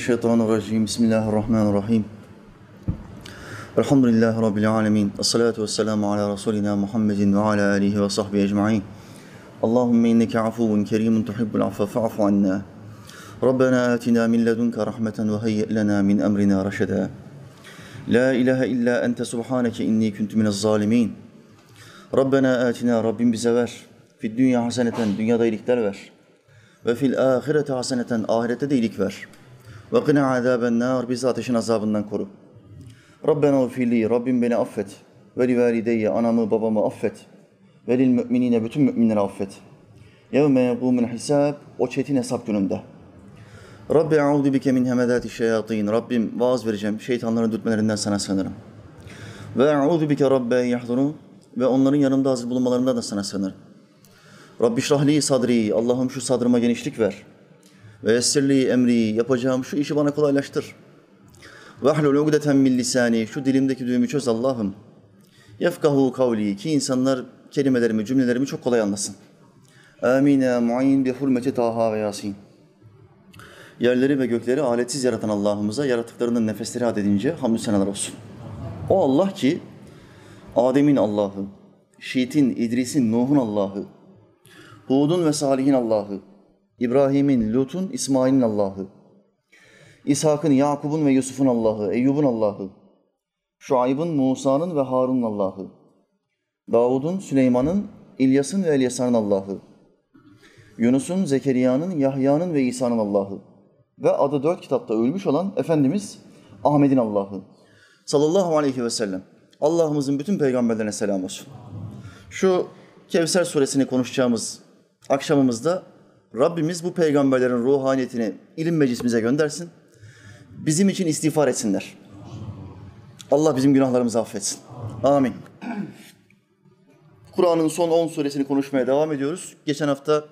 Euzubillahimineşşeytanirracim. Bismillahirrahmanirrahim. Elhamdülillahi Rabbil alemin. Esselatu vesselamu ala Resulina Muhammedin ve ala alihi ve sahbihi ecma'in. Allahümme inneke afuvun kerimun tuhibbul affe fa'fu anna. Rabbena atina min ledunke rahmeten ve hayyi' lena min emrina reşeda. La ilahe illa ente subhaneke inni kuntu minez zalimin. Rabbena atina, Rabbim bize ver. Fid dünya haseneten, dünyada iyilikler ver. Ve fil ahirete haseneten, ahirette de iyilik ver. Ve qina azaben nar, bizi ateşin azabından koru. Rabbena ufili, Rabbim beni affet. Ve li valideyye, anamı babamı affet. Ve lil müminine, bütün müminleri affet. Yevme yegûmul hisab, o çetin hesap gününde. Rabbi eûzu bike min hemedâti şeyatîn, Rabbim vaaz vereceğim, şeytanların dürtmelerinden sana sığınırım. Ve eûzu bike Rabbe yahdurun, ve onların yanımda hazır bulunmalarından da sana sığınırım. Rabbi şrahli sadri, Allah'ım şu sadrıma genişlik ver. Ve yessirli emri, yapacağım şu işi bana kolaylaştır. Ve ahlul ugdeten min lisani, şu dilimdeki düğümü çöz Allah'ım. Yefkahu kavli, ki insanlar kelimelerimi, cümlelerimi çok kolay anlasın. Amin ya mu'in bi hurmeti Taha ve Yasin. Yerleri ve gökleri aletsiz yaratan Allah'ımıza yaratıklarının nefesleri adedince hamdü senalar olsun. O Allah ki Adem'in Allah'ı, Şiit'in, İdris'in, Nuh'un Allah'ı, Hud'un ve Salih'in Allah'ı, İbrahim'in, Lut'un, İsmail'in Allah'ı, İshak'ın, Yakub'un ve Yusuf'un Allah'ı, Eyyub'un Allah'ı, Şuayb'ın, Musa'nın ve Harun'un Allah'ı, Davud'un, Süleyman'ın, İlyas'ın ve Elyasa'nın Allah'ı, Yunus'un, Zekeriya'nın, Yahya'nın ve İsa'nın Allah'ı ve adı 4 kitapta ölmüş olan Efendimiz Ahmet'in Allah'ı sallallahu aleyhi ve sellem. Allah'ımızın bütün peygamberlerine selam olsun. Şu Kevser suresini konuşacağımız akşamımızda Rabbimiz bu peygamberlerin ruhaniyetini ilim meclisimize göndersin. Bizim için istiğfar etsinler. Allah bizim günahlarımızı affetsin. Amin. Kur'an'ın son 10 suresini konuşmaya devam ediyoruz. Geçen hafta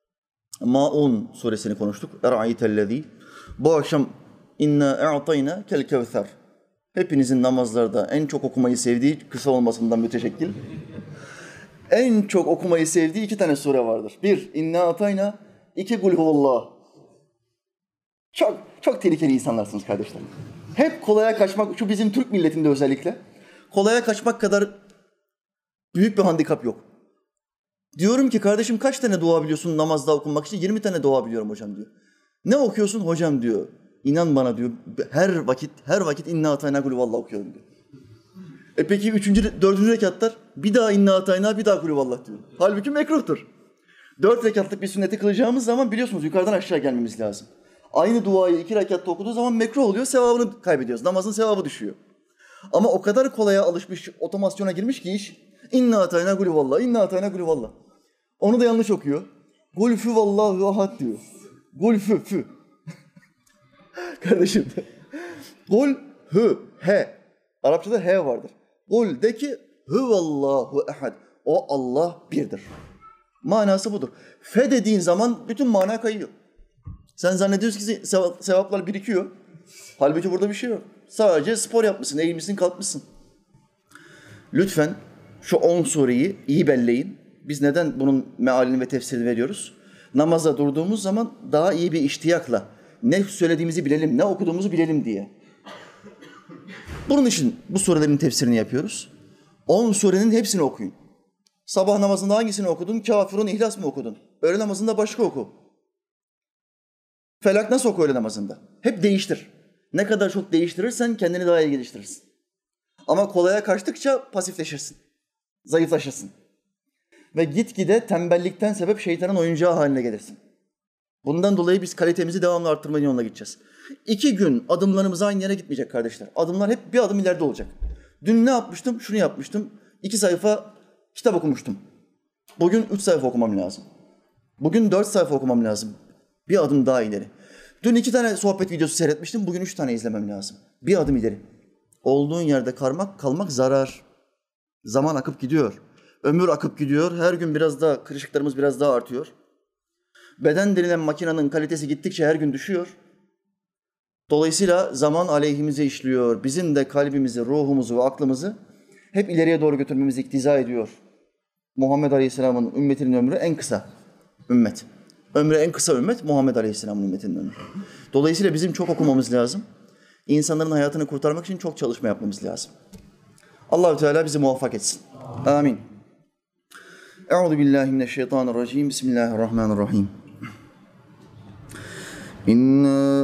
Maun suresini konuştuk. Er'aytellezî. Bu akşam inna e'tayna kel kevser. Hepinizin namazlarda en çok okumayı sevdiği, kısa olmasından müteşekkil, en çok okumayı sevdiği 2 tane sure vardır. 1, İnna Atayna, 2, Kul Huvallah. Çok tehlikeli insanlarsınız kardeşler. Hep kolaya kaçmak, şu bizim Türk milletinde özellikle, kolaya kaçmak kadar büyük bir handikap yok. Diyorum ki kardeşim kaç tane dua biliyorsun namazda okunmak için? 20 tane dua biliyorum hocam diyor. Ne okuyorsun hocam diyor. İnan bana diyor, her vakit İnna Atayna Kul Huvallah okuyorum diyor. Peki 3. 4. rekatlar bir daha İnna Atayna, bir daha Kul Huvallah diyor. Halbuki mekruhtur. 4 rekatlık bir sünneti kılacağımız zaman biliyorsunuz yukarıdan aşağı gelmemiz lazım. Aynı duayı 2 rekatta okuduğu zaman mekruh oluyor, sevabını kaybediyoruz. Namazın sevabı düşüyor. Ama o kadar kolaya alışmış, otomasyona girmiş ki iş, İnna Atayna Kul Huvallah, İnna Atayna Kul Huvallah. Onu da yanlış okuyor. Kul Huvallahu ahad diyor. Kul fü. Kardeşim. Kul he. Arapçada he vardır. Kul de ki huvallahu ehad. O Allah birdir. Manası budur. Fe dediğin zaman bütün mana kayıyor. Sen zannediyorsun ki sevaplar birikiyor. Halbuki burada bir şey yok. Sadece spor yapmışsın, eğilmişsin, kalkmışsın. Lütfen şu 10 sureyi iyi belleyin. Biz neden bunun mealini ve tefsirini veriyoruz? Namaza durduğumuz zaman daha iyi bir iştiyakla ne söylediğimizi bilelim, ne okuduğumuzu bilelim diye. Bunun için bu surelerin tefsirini yapıyoruz. 10 surenin hepsini okuyun. Sabah namazında hangisini okudun? Kafirun, İhlas mı okudun? Öğle namazında başka oku. Felak nasıl oku öğle namazında? Hep değiştir. Ne kadar çok değiştirirsen kendini daha iyi geliştirirsin. Ama kolaya kaçtıkça pasifleşirsin. Zayıflaşırsın. Ve gitgide tembellikten sebep şeytanın oyuncağı haline gelirsin. Bundan dolayı biz kalitemizi devamlı arttırmanın yoluna gideceğiz. 2 gün adımlarımız aynı yere gitmeyecek kardeşler. Adımlar hep bir adım ileride olacak. Dün ne yapmıştım? Şunu yapmıştım. 2 sayfa kitap okumuştum. Bugün 3 sayfa okumam lazım. Bugün 4 sayfa okumam lazım. Bir adım daha ileri. Dün 2 tane sohbet videosu seyretmiştim. Bugün 3 tane izlemem lazım. Bir adım ileri. Olduğun yerde kalmak zarar. Zaman akıp gidiyor. Ömür akıp gidiyor. Her gün biraz daha, kırışıklarımız biraz daha artıyor. Beden denilen makinenin kalitesi gittikçe her gün düşüyor. Dolayısıyla zaman aleyhimize işliyor. Bizim de kalbimizi, ruhumuzu ve aklımızı hep ileriye doğru götürmemizi iktiza ediyor. Muhammed Aleyhisselam'ın ümmetinin ömrü en kısa ümmet. Ömrü en kısa ümmet Muhammed Aleyhisselam'ın ümmetinin ömrü. Dolayısıyla bizim çok okumamız lazım. İnsanların hayatını kurtarmak için çok çalışma yapmamız lazım. Allah-u Teala bizi muvaffak etsin. Amin. Euzubillahimineşşeytanirracim. Bismillahirrahmanirrahim. İnna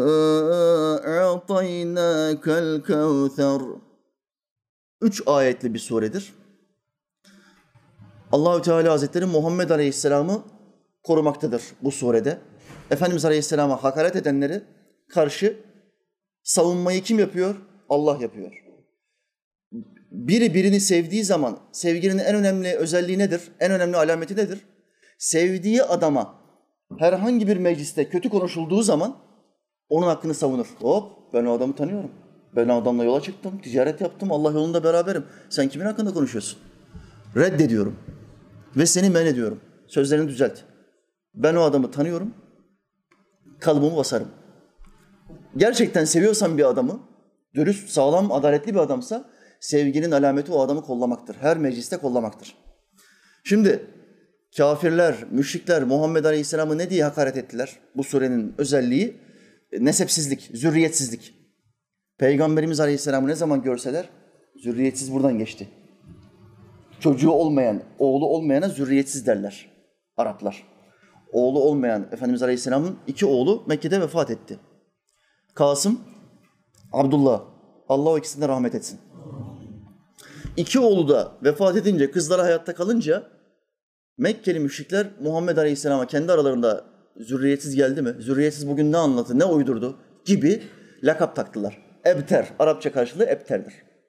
a'taynâkel kevser. 3 ayetli bir suredir. Allah-u Teala Hazretleri Muhammed Aleyhisselam'ı korumaktadır bu surede. Efendimiz Aleyhisselam'a hakaret edenleri karşı savunmayı kim yapıyor? Allah yapıyor. Biri birini sevdiği zaman sevginin en önemli özelliği nedir? En önemli alameti nedir? Sevdiği adama herhangi bir mecliste kötü konuşulduğu zaman onun hakkını savunur. Hop, ben o adamı tanıyorum. Ben o adamla yola çıktım, ticaret yaptım, Allah yolunda beraberim. Sen kimin hakkında konuşuyorsun? Reddediyorum ve seni men ediyorum. Sözlerini düzelt. Ben o adamı tanıyorum, kalıbımı basarım. Gerçekten seviyorsan bir adamı, dürüst, sağlam, adaletli bir adamsa sevginin alameti o adamı kollamaktır. Her mecliste kollamaktır. Şimdi kafirler, müşrikler Muhammed Aleyhisselam'ı ne diye hakaret ettiler? Bu surenin özelliği nesepsizlik, zürriyetsizlik. Peygamberimiz Aleyhisselam'ı ne zaman görseler zürriyetsiz buradan geçti. Çocuğu olmayan, oğlu olmayana zürriyetsiz derler Araplar. Oğlu olmayan Efendimiz Aleyhisselam'ın 2 oğlu Mekke'de vefat etti. Kasım, Abdullah. Allah o ikisine rahmet etsin. 2 oğlu da vefat edince, kızları hayatta kalınca Mekkeli müşrikler Muhammed Aleyhisselam'a kendi aralarında zürriyetsiz geldi mi? Zürriyetsiz bugün ne anlattı, ne uydurdu gibi lakap taktılar. Ebter, Arapça karşılığı ebterdir.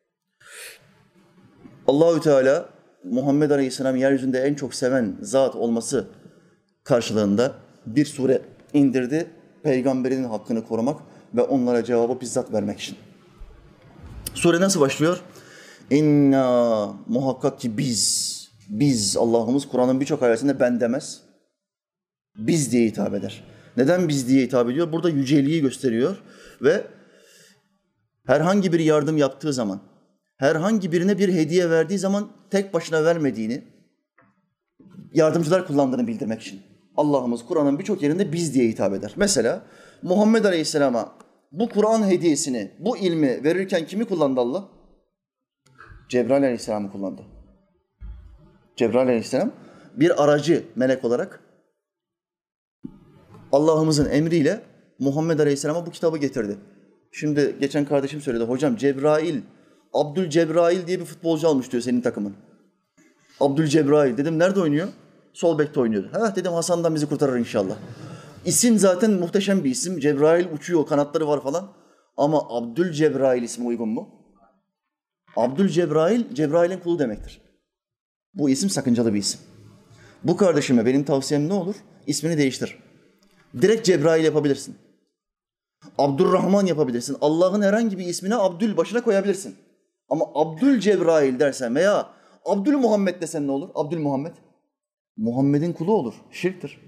Allahü Teala Muhammed Aleyhisselam yeryüzünde en çok seven zat olması karşılığında bir sure indirdi. Peygamberinin hakkını korumak ve onlara cevabı bizzat vermek için. Sure nasıl başlıyor? İnna, muhakkak ki biz Allah'ımız Kur'an'ın birçok ayetinde ben demez. Biz diye hitap eder. Neden biz diye hitap ediyor? Burada yüceliği gösteriyor ve herhangi bir yardım yaptığı zaman, herhangi birine bir hediye verdiği zaman tek başına vermediğini, yardımcılar kullandığını bildirmek için. Allah'ımız Kur'an'ın birçok yerinde biz diye hitap eder. Mesela Muhammed Aleyhisselam'a bu Kur'an hediyesini, bu ilmi verirken kimi kullandı Allah? Cebrail Aleyhisselam'ı kullandı. Cebrail Aleyhisselam bir aracı melek olarak Allah'ımızın emriyle Muhammed Aleyhisselam'a bu kitabı getirdi. Şimdi geçen kardeşim söyledi, hocam Cebrail, Abdülcebrail diye bir futbolcu almış diyor senin takımın. Abdülcebrail. Dedim nerede oynuyor? Sol bekte oynuyor. Dedim Hasan'dan bizi kurtarır inşallah. İsim zaten muhteşem bir isim. Cebrail uçuyor, kanatları var falan. Ama Abdülcebrail ismi uygun mu? Abdülcebrail, Cebrail'in kulu demektir. Bu isim sakıncalı bir isim. Bu kardeşime benim tavsiyem ne olur? İsmini değiştir. Direkt Cebrail yapabilirsin. Abdurrahman yapabilirsin. Allah'ın herhangi bir ismine Abdül başına koyabilirsin. Ama Abdülcebrail dersen veya Abdülmuhammed desen ne olur? Abdülmuhammed. Muhammed'in kulu olur. Şirktir.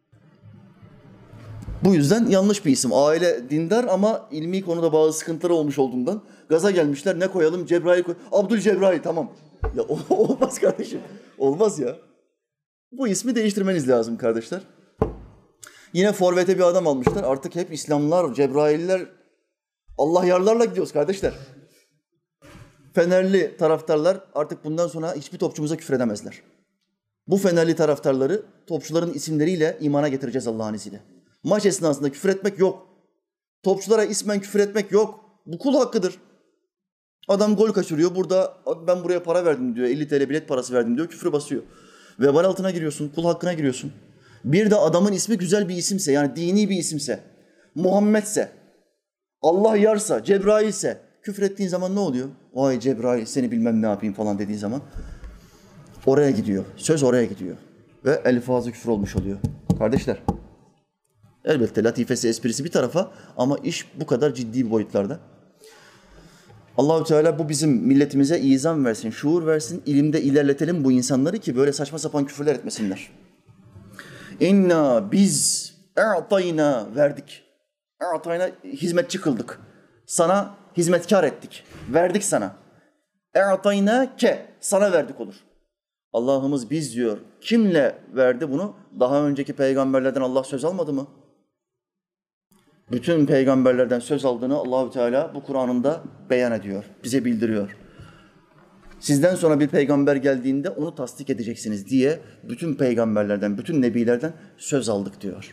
Bu yüzden yanlış bir isim. Aile dindar ama ilmi konuda bazı sıkıntıları olmuş olduğundan gaza gelmişler. Ne koyalım? Cebrail koy. Abdülcebrail tamam. Ya olmaz kardeşim. Olmaz ya. Bu ismi değiştirmeniz lazım kardeşler. Yine forvete bir adam almışlar. Artık hep İslamlar, Cebrailler, Allah yarlarla gidiyoruz kardeşler. Fenerli taraftarlar artık bundan sonra hiçbir topçumuza küfür edemezler. Bu Fenerli taraftarları topçuların isimleriyle imana getireceğiz Allah'ın izniyle. Maç esnasında küfür etmek yok. Topçulara ismen küfür etmek yok. Bu kul hakkıdır. Adam gol kaçırıyor. Burada ben buraya para verdim diyor. 50 TL bilet parası verdim diyor. Küfrü basıyor. Vebal altına giriyorsun. Kul hakkına giriyorsun. Bir de adamın ismi güzel bir isimse, yani dini bir isimse, Muhammedse, Allah yarsa, Cebrail'se, küfür ettiğin zaman ne oluyor? Vay Cebrail seni bilmem ne yapayım falan dediği zaman oraya gidiyor. Söz oraya gidiyor. Ve elfazı küfür olmuş oluyor. Kardeşler, elbette latifesi, esprisi bir tarafa ama iş bu kadar ciddi bir boyutlarda. Allah-u Teala bu bizim milletimize izan versin, şuur versin, ilimde ilerletelim bu insanları ki böyle saçma sapan küfürler etmesinler. İnna biz e'tayna verdik. E'tayna hizmetçi kıldık. Sana hizmetkar ettik. Verdik sana. E'tayna ke sana verdik olur. Allah'ımız biz diyor. Kimle verdi bunu? Daha önceki peygamberlerden Allah söz almadı mı? Bütün peygamberlerden söz aldığını Allahu Teala bu Kur'an'ında beyan ediyor, bize bildiriyor. Sizden sonra bir peygamber geldiğinde onu tasdik edeceksiniz diye bütün peygamberlerden, bütün nebilerden söz aldık diyor.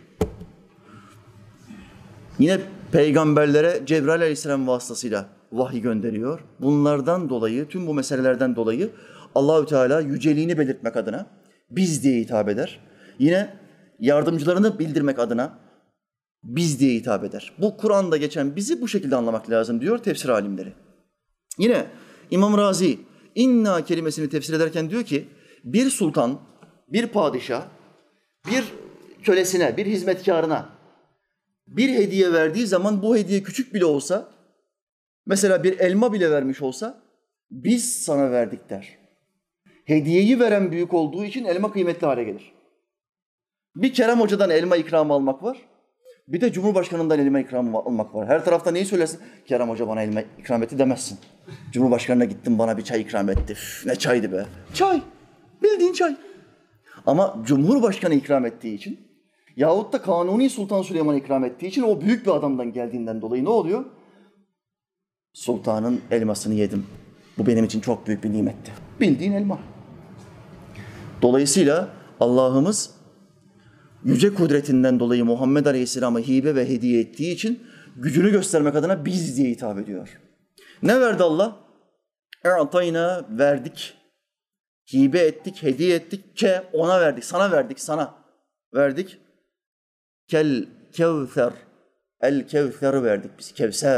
Yine peygamberlere Cebrail Aleyhisselam vasıtasıyla vahiy gönderiyor. Bunlardan dolayı, tüm bu meselelerden dolayı Allahü Teala yüceliğini belirtmek adına biz diye hitap eder. Yine yardımcılarını bildirmek adına biz diye hitap eder. Bu Kur'an'da geçen bizi bu şekilde anlamak lazım diyor tefsir alimleri. Yine İmam Razi inna kelimesini tefsir ederken diyor ki bir sultan, bir padişah, bir kölesine, bir hizmetkarına bir hediye verdiği zaman bu hediye küçük bile olsa, mesela bir elma bile vermiş olsa biz sana verdik der. Hediyeyi veren büyük olduğu için elma kıymetli hale gelir. Bir Kerem Hoca'dan elma ikramı almak var. Bir de Cumhurbaşkanı'ndan elma ikramı almak var. Her tarafta neyi söylersin? Kerem Hoca bana elma ikram etti demezsin. Cumhurbaşkanı'na gittim bana bir çay ikram etti. Üf, ne çaydı be? Çay. Bildiğin çay. Ama Cumhurbaşkanı ikram ettiği için yahut da Kanuni Sultan Süleyman ikram ettiği için o büyük bir adamdan geldiğinden dolayı ne oluyor? Sultanın elmasını yedim. Bu benim için çok büyük bir nimetti. Bildiğin elma. Dolayısıyla Allah'ımız yüce kudretinden dolayı Muhammed Aleyhisselam'a hibe ve hediye ettiği için gücünü göstermek adına biz diye hitap ediyor. Ne verdi Allah? E'atayna verdik. Hibe ettik, hediye ettik. Ona verdik, sana verdik, sana verdik. Kel kevser. El kevser'i verdik biz. Kevser.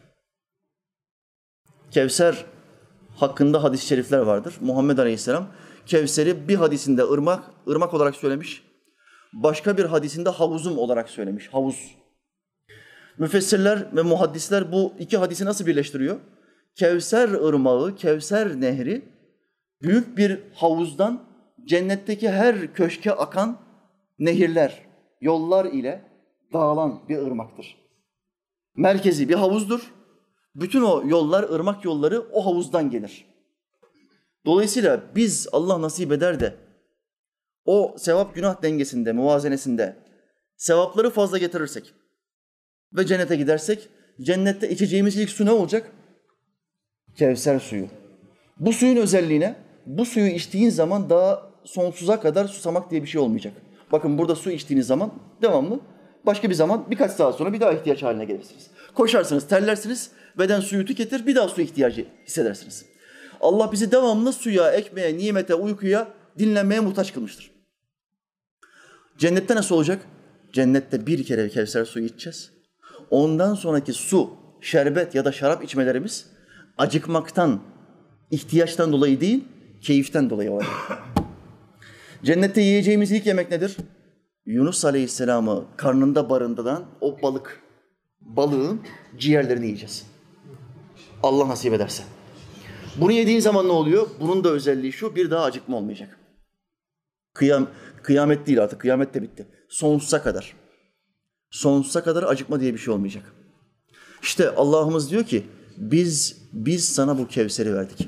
Kevser hakkında hadis-i şerifler vardır. Muhammed Aleyhisselam Kevser'i bir hadisinde ırmak olarak söylemiş. Başka bir hadisinde havuzum olarak söylemiş. Havuz. Müfessirler ve muhaddisler bu iki hadisi nasıl birleştiriyor? Kevser ırmağı, Kevser nehri büyük bir havuzdan cennetteki her köşke akan nehirler, yollar ile dağılan bir ırmaktır. Merkezi bir havuzdur. Bütün o yollar, ırmak yolları o havuzdan gelir. Dolayısıyla biz Allah nasip eder de o sevap günah dengesinde, muvazenesinde sevapları fazla getirirsek ve cennete gidersek cennette içeceğimiz ilk su ne olacak? Kevser suyu. Bu suyun özelliğine, bu suyu içtiğin zaman daha sonsuza kadar susamak diye bir şey olmayacak. Bakın burada su içtiğiniz zaman devamlı, başka bir zaman birkaç saat sonra bir daha ihtiyaç haline gelirsiniz. Koşarsınız, terlersiniz, beden suyu tüketir, bir daha su ihtiyacı hissedersiniz. Allah bizi devamlı suya, ekmeğe, nimete, uykuya, dinlenmeye muhtaç kılmıştır. Cennette nasıl olacak? Cennette bir kere Kevser suyu içeceğiz. Ondan sonraki su, şerbet ya da şarap içmelerimiz acıkmaktan, ihtiyaçtan dolayı değil, keyiften dolayı olacak. Cennette yiyeceğimiz ilk yemek nedir? Yunus Aleyhisselam'ı karnında barındıran o balığın ciğerlerini yiyeceğiz. Allah nasip ederse. Bunu yediğin zaman ne oluyor? Bunun da özelliği şu, bir daha acıkma olmayacak. Kıyamet değil artık, kıyamet de bitti. Sonsuza kadar. Sonsuza kadar acıkma diye bir şey olmayacak. İşte Allah'ımız diyor ki, biz sana bu Kevser'i verdik.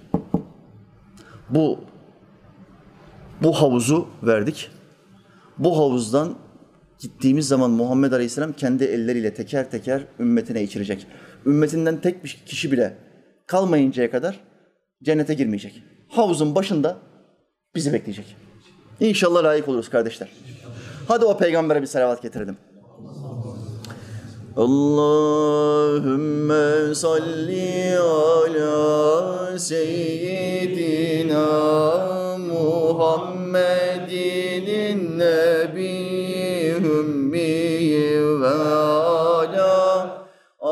Bu havuzu verdik. Bu havuzdan gittiğimiz zaman Muhammed Aleyhisselam kendi elleriyle teker teker ümmetine içirecek. Ümmetinden tek bir kişi bile kalmayıncaya kadar cennete girmeyecek. Havuzun başında bizi bekleyecek. İnşallah layık oluruz kardeşler. Hadi o peygambere bir salavat getirelim. Allahümme salli ala seyyidina Muhammedin nebiyyi ümmiyi ve ala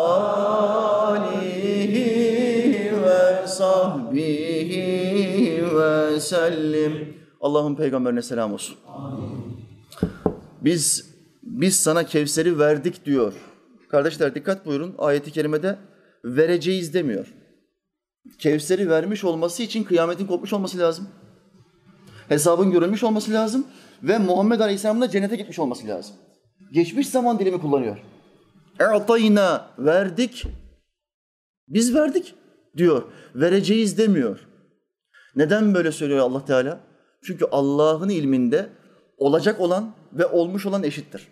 alihi ve sahbihi ve sellim. Allah'ın peygamberine selam olsun. Biz sana Kevser'i verdik diyor. Kardeşler dikkat buyurun. Ayet-i kerimede vereceğiz demiyor. Kevser'i vermiş olması için kıyametin kopmuş olması lazım. Hesabın görülmüş olması lazım. Ve Muhammed Aleyhisselam'ın da cennete gitmiş olması lazım. Geçmiş zaman dilimi kullanıyor. E'atayna verdik. Biz verdik diyor. Vereceğiz demiyor. Neden böyle söylüyor Allah Teala? Çünkü Allah'ın ilminde olacak olan ve olmuş olan eşittir.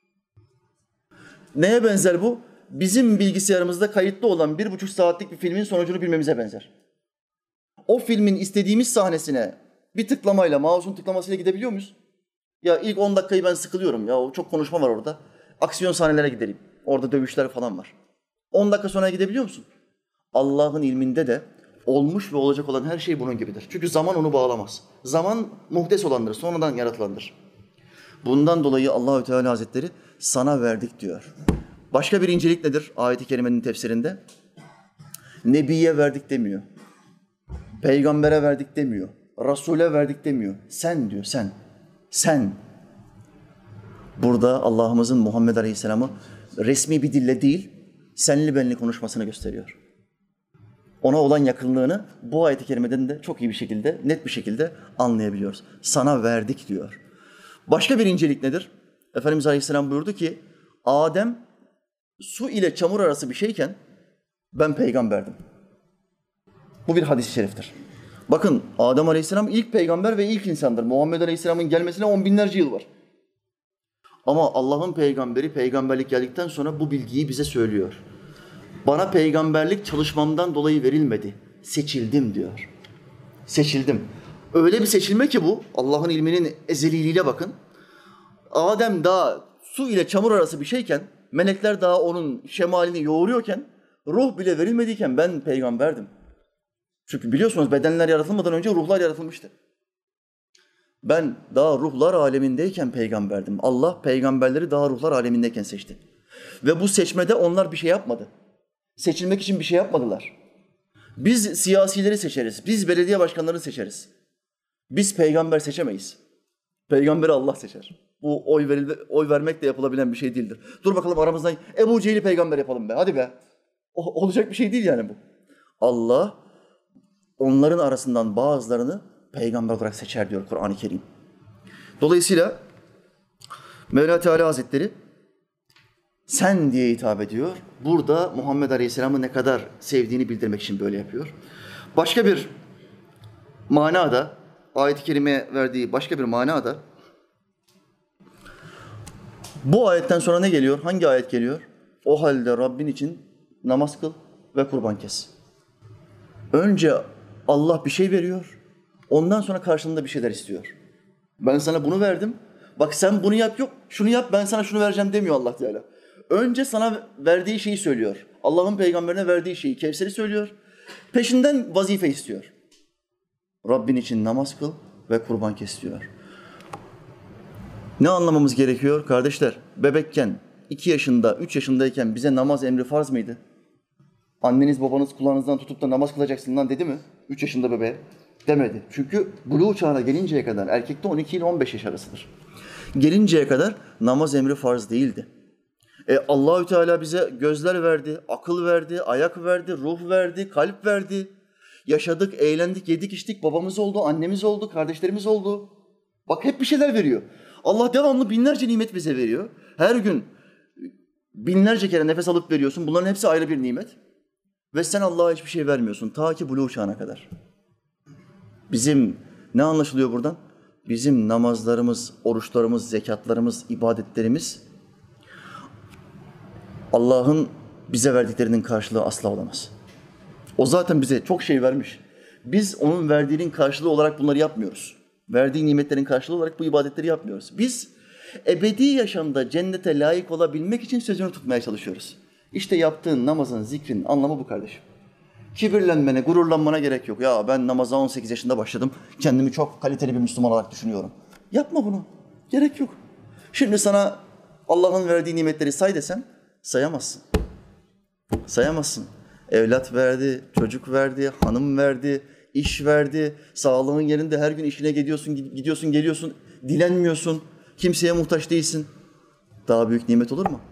Neye benzer bu? Bizim bilgisayarımızda kayıtlı olan 1,5 saatlik bir filmin sonucunu bilmemize benzer. O filmin istediğimiz sahnesine bir tıklamayla, mouse'un tıklamasıyla gidebiliyor muyuz? Ya ilk 10 dakikayı ben sıkılıyorum. Ya çok konuşma var orada. Aksiyon sahnelere gidelim. Orada dövüşler falan var. 10 dakika sonra gidebiliyor musun? Allah'ın ilminde de olmuş ve olacak olan her şey bunun gibidir. Çünkü zaman onu bağlamaz. Zaman muhdes olandır, sonradan yaratılandır. Bundan dolayı Allahü Teala Hazretleri sana verdik diyor. Başka bir incelik nedir ayet-i kerimenin tefsirinde? Nebiye verdik demiyor. Peygambere verdik demiyor. Rasule verdik demiyor. Sen diyor, sen. Sen. Burada Allah'ımızın Muhammed Aleyhisselam'ı resmi bir dille değil, senli benli konuşmasını gösteriyor. Ona olan yakınlığını bu ayet-i kerimeden de çok iyi bir şekilde, net bir şekilde anlayabiliyoruz. Sana verdik diyor. Başka bir incelik nedir? Efendimiz Aleyhisselam buyurdu ki, Adem su ile çamur arası bir şeyken ben peygamberdim. Bu bir hadis-i şeriftir. Bakın Adem Aleyhisselam ilk peygamber ve ilk insandır. Muhammed Aleyhisselam'ın gelmesine 10 binlerce yıl var. Ama Allah'ın peygamberi peygamberlik geldikten sonra bu bilgiyi bize söylüyor. Bana peygamberlik çalışmamdan dolayı verilmedi. Seçildim diyor. Seçildim. Öyle bir seçilme ki bu, Allah'ın ilminin ezeliliğine bakın. Adem daha su ile çamur arası bir şeyken, melekler daha onun şemalini yoğuruyorken, ruh bile verilmediyken ben peygamberdim. Çünkü biliyorsunuz bedenler yaratılmadan önce ruhlar yaratılmıştı. Ben daha ruhlar alemindeyken peygamberdim. Allah peygamberleri daha ruhlar alemindeyken seçti. Ve bu seçmede onlar bir şey yapmadı. Seçilmek için bir şey yapmadılar. Biz siyasileri seçeriz. Biz belediye başkanlarını seçeriz. Biz peygamber seçemeyiz. Peygamberi Allah seçer. Bu oy vermekle yapılabilen bir şey değildir. Dur bakalım aramızdan Ebu Cehil'i peygamber yapalım be. Hadi be. Olacak bir şey değil yani bu. Allah onların arasından bazılarını peygamber olarak seçer diyor Kur'an-ı Kerim. Dolayısıyla Mevla Teala Hazretleri sen diye hitap ediyor. Burada Muhammed Aleyhisselam'ı ne kadar sevdiğini bildirmek için böyle yapıyor. Başka bir manada, ayet-i kerimeye verdiği başka bir manada, bu ayetten sonra ne geliyor? Hangi ayet geliyor? O halde Rabbin için namaz kıl ve kurban kes. Önce Allah bir şey veriyor, ondan sonra karşılığında bir şeyler istiyor. Ben sana bunu verdim, bak sen bunu yap, yok şunu yap, ben sana şunu vereceğim demiyor Allah Teala. Önce sana verdiği şeyi söylüyor. Allah'ın peygamberine verdiği şeyi, Kevser'i söylüyor. Peşinden vazife istiyor. Rabbin için namaz kıl ve kurban kes diyor. Ne anlamamız gerekiyor kardeşler? Bebekken, 2 yaşında, 3 yaşındayken bize namaz emri farz mıydı? Anneniz babanız kulağınızdan tutup da namaz kılacaksın lan dedi mi? 3 yaşında bebeğe. Demedi. Çünkü buluğ çağına gelinceye kadar, erkekte 12 ile 15 yaş arasıdır. Gelinceye kadar namaz emri farz değildi. Allahü Teala bize gözler verdi, akıl verdi, ayak verdi, ruh verdi, kalp verdi. Yaşadık, eğlendik, yedik, içtik, babamız oldu, annemiz oldu, kardeşlerimiz oldu. Bak hep bir şeyler veriyor. Allah devamlı binlerce nimet bize veriyor. Her gün binlerce kere nefes alıp veriyorsun. Bunların hepsi ayrı bir nimet. Ve sen Allah'a hiçbir şey vermiyorsun ta ki buluğ çağına kadar. Bizim ne anlaşılıyor buradan? Bizim namazlarımız, oruçlarımız, zekatlarımız, ibadetlerimiz Allah'ın bize verdiklerinin karşılığı asla olamaz. O zaten bize çok şey vermiş. Biz onun verdiğinin karşılığı olarak bunları yapmıyoruz. Verdiği nimetlerin karşılığı olarak bu ibadetleri yapmıyoruz. Biz ebedi yaşamda cennete layık olabilmek için sözünü tutmaya çalışıyoruz. İşte yaptığın namazın, zikrin anlamı bu kardeşim. Kibirlenmene, gururlanmana gerek yok. Ya ben namaza 18 yaşında başladım. Kendimi çok kaliteli bir Müslüman olarak düşünüyorum. Yapma bunu. Gerek yok. Şimdi sana Allah'ın verdiği nimetleri say desem sayamazsın. Sayamazsın. Evlat verdi, çocuk verdi, hanım verdi, iş verdi. Sağlığın yerinde her gün işine gidiyorsun, geliyorsun. Dilenmiyorsun. Kimseye muhtaç değilsin. Daha büyük nimet olur mu?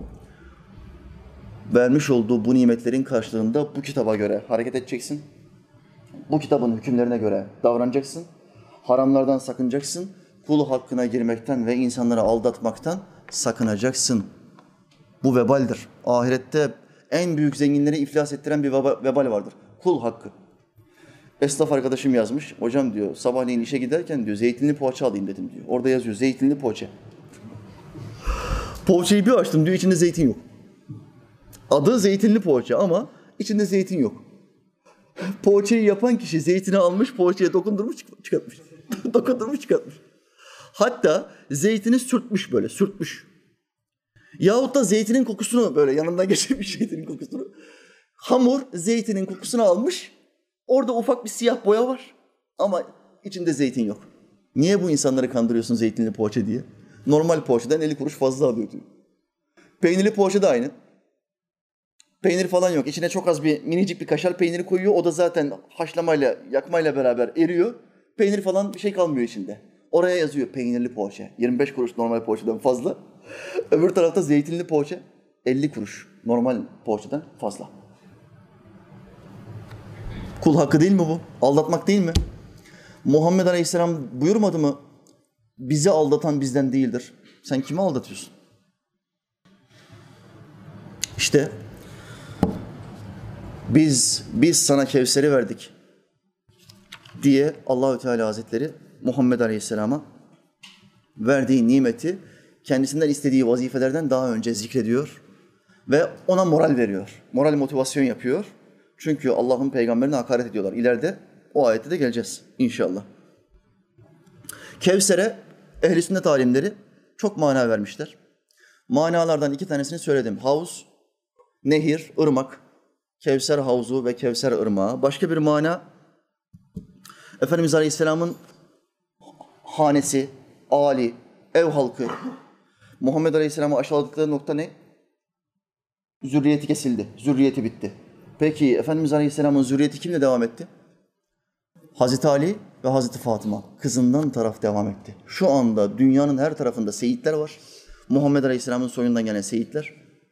Vermiş olduğu bu nimetlerin karşılığında bu kitaba göre hareket edeceksin. Bu kitabın hükümlerine göre davranacaksın. Haramlardan sakınacaksın. Kul hakkına girmekten ve insanları aldatmaktan sakınacaksın. Bu vebaldir. Ahirette en büyük zenginleri iflas ettiren bir vebal vardır. Kul hakkı. Esnaf arkadaşım yazmış. Hocam diyor sabahleyin işe giderken diyor zeytinli poğaça alayım dedim diyor. Orada yazıyor zeytinli poğaça. Poğaçayı bir açtım diyor içinde zeytin yok. Adı zeytinli poğaça ama içinde zeytin yok. Poğaçayı yapan kişi zeytini almış, poğaçaya dokundurmuş, çıkartmış. Dokundurmuş, çıkartmış. Hatta zeytini sürtmüş böyle, sürtmüş. Yahut da zeytinin kokusunu böyle yanından geçirmiş zeytinin kokusunu. Hamur zeytinin kokusunu almış. Orada ufak bir siyah boya var ama içinde zeytin yok. Niye bu insanları kandırıyorsun zeytinli poğaça diye? Normal poğaçadan 50 kuruş fazla alıyor diyor. Peynirli poğaça da aynı. Peynir falan yok. İçine çok az bir minicik bir kaşar peyniri koyuyor. O da zaten haşlamayla, yakmayla beraber eriyor. Peynir falan bir şey kalmıyor içinde. Oraya yazıyor peynirli poğaça. 25 kuruş normal poğaçadan fazla. Öbür tarafta zeytinli poğaça 50 kuruş normal poğaçadan fazla. Kul hakkı değil mi bu? Aldatmak değil mi? Muhammed Aleyhisselam buyurmadı mı? Bizi aldatan bizden değildir. Sen kimi aldatıyorsun? İşte biz sana Kevser'i verdik diye Allahü Teala Hazretleri Muhammed Aleyhisselam'a verdiği nimeti kendisinden istediği vazifelerden daha önce zikrediyor ve ona moral veriyor. Moral motivasyon yapıyor. Çünkü Allah'ın peygamberine hakaret ediyorlar. İleride o ayette de geleceğiz inşallah. Kevser'e ehl-i sünnet alimleri çok mana vermişler. Manalardan 2 tanesini söyledim. Havuz, nehir, ırmak. Kevser havuzu ve Kevser ırmağı. Başka bir mana, Efendimiz Aleyhisselam'ın hanesi, âli, ev halkı. Muhammed Aleyhisselam'ı aşağıladıkları nokta ne? Zürriyeti kesildi, zürriyeti bitti. Peki Efendimiz Aleyhisselam'ın zürriyeti kimle devam etti? Hazreti Ali ve Hazreti Fatıma. Kızından taraf devam etti. Şu anda dünyanın her tarafında seyitler var. Muhammed Aleyhisselam'ın soyundan gelen seyitler.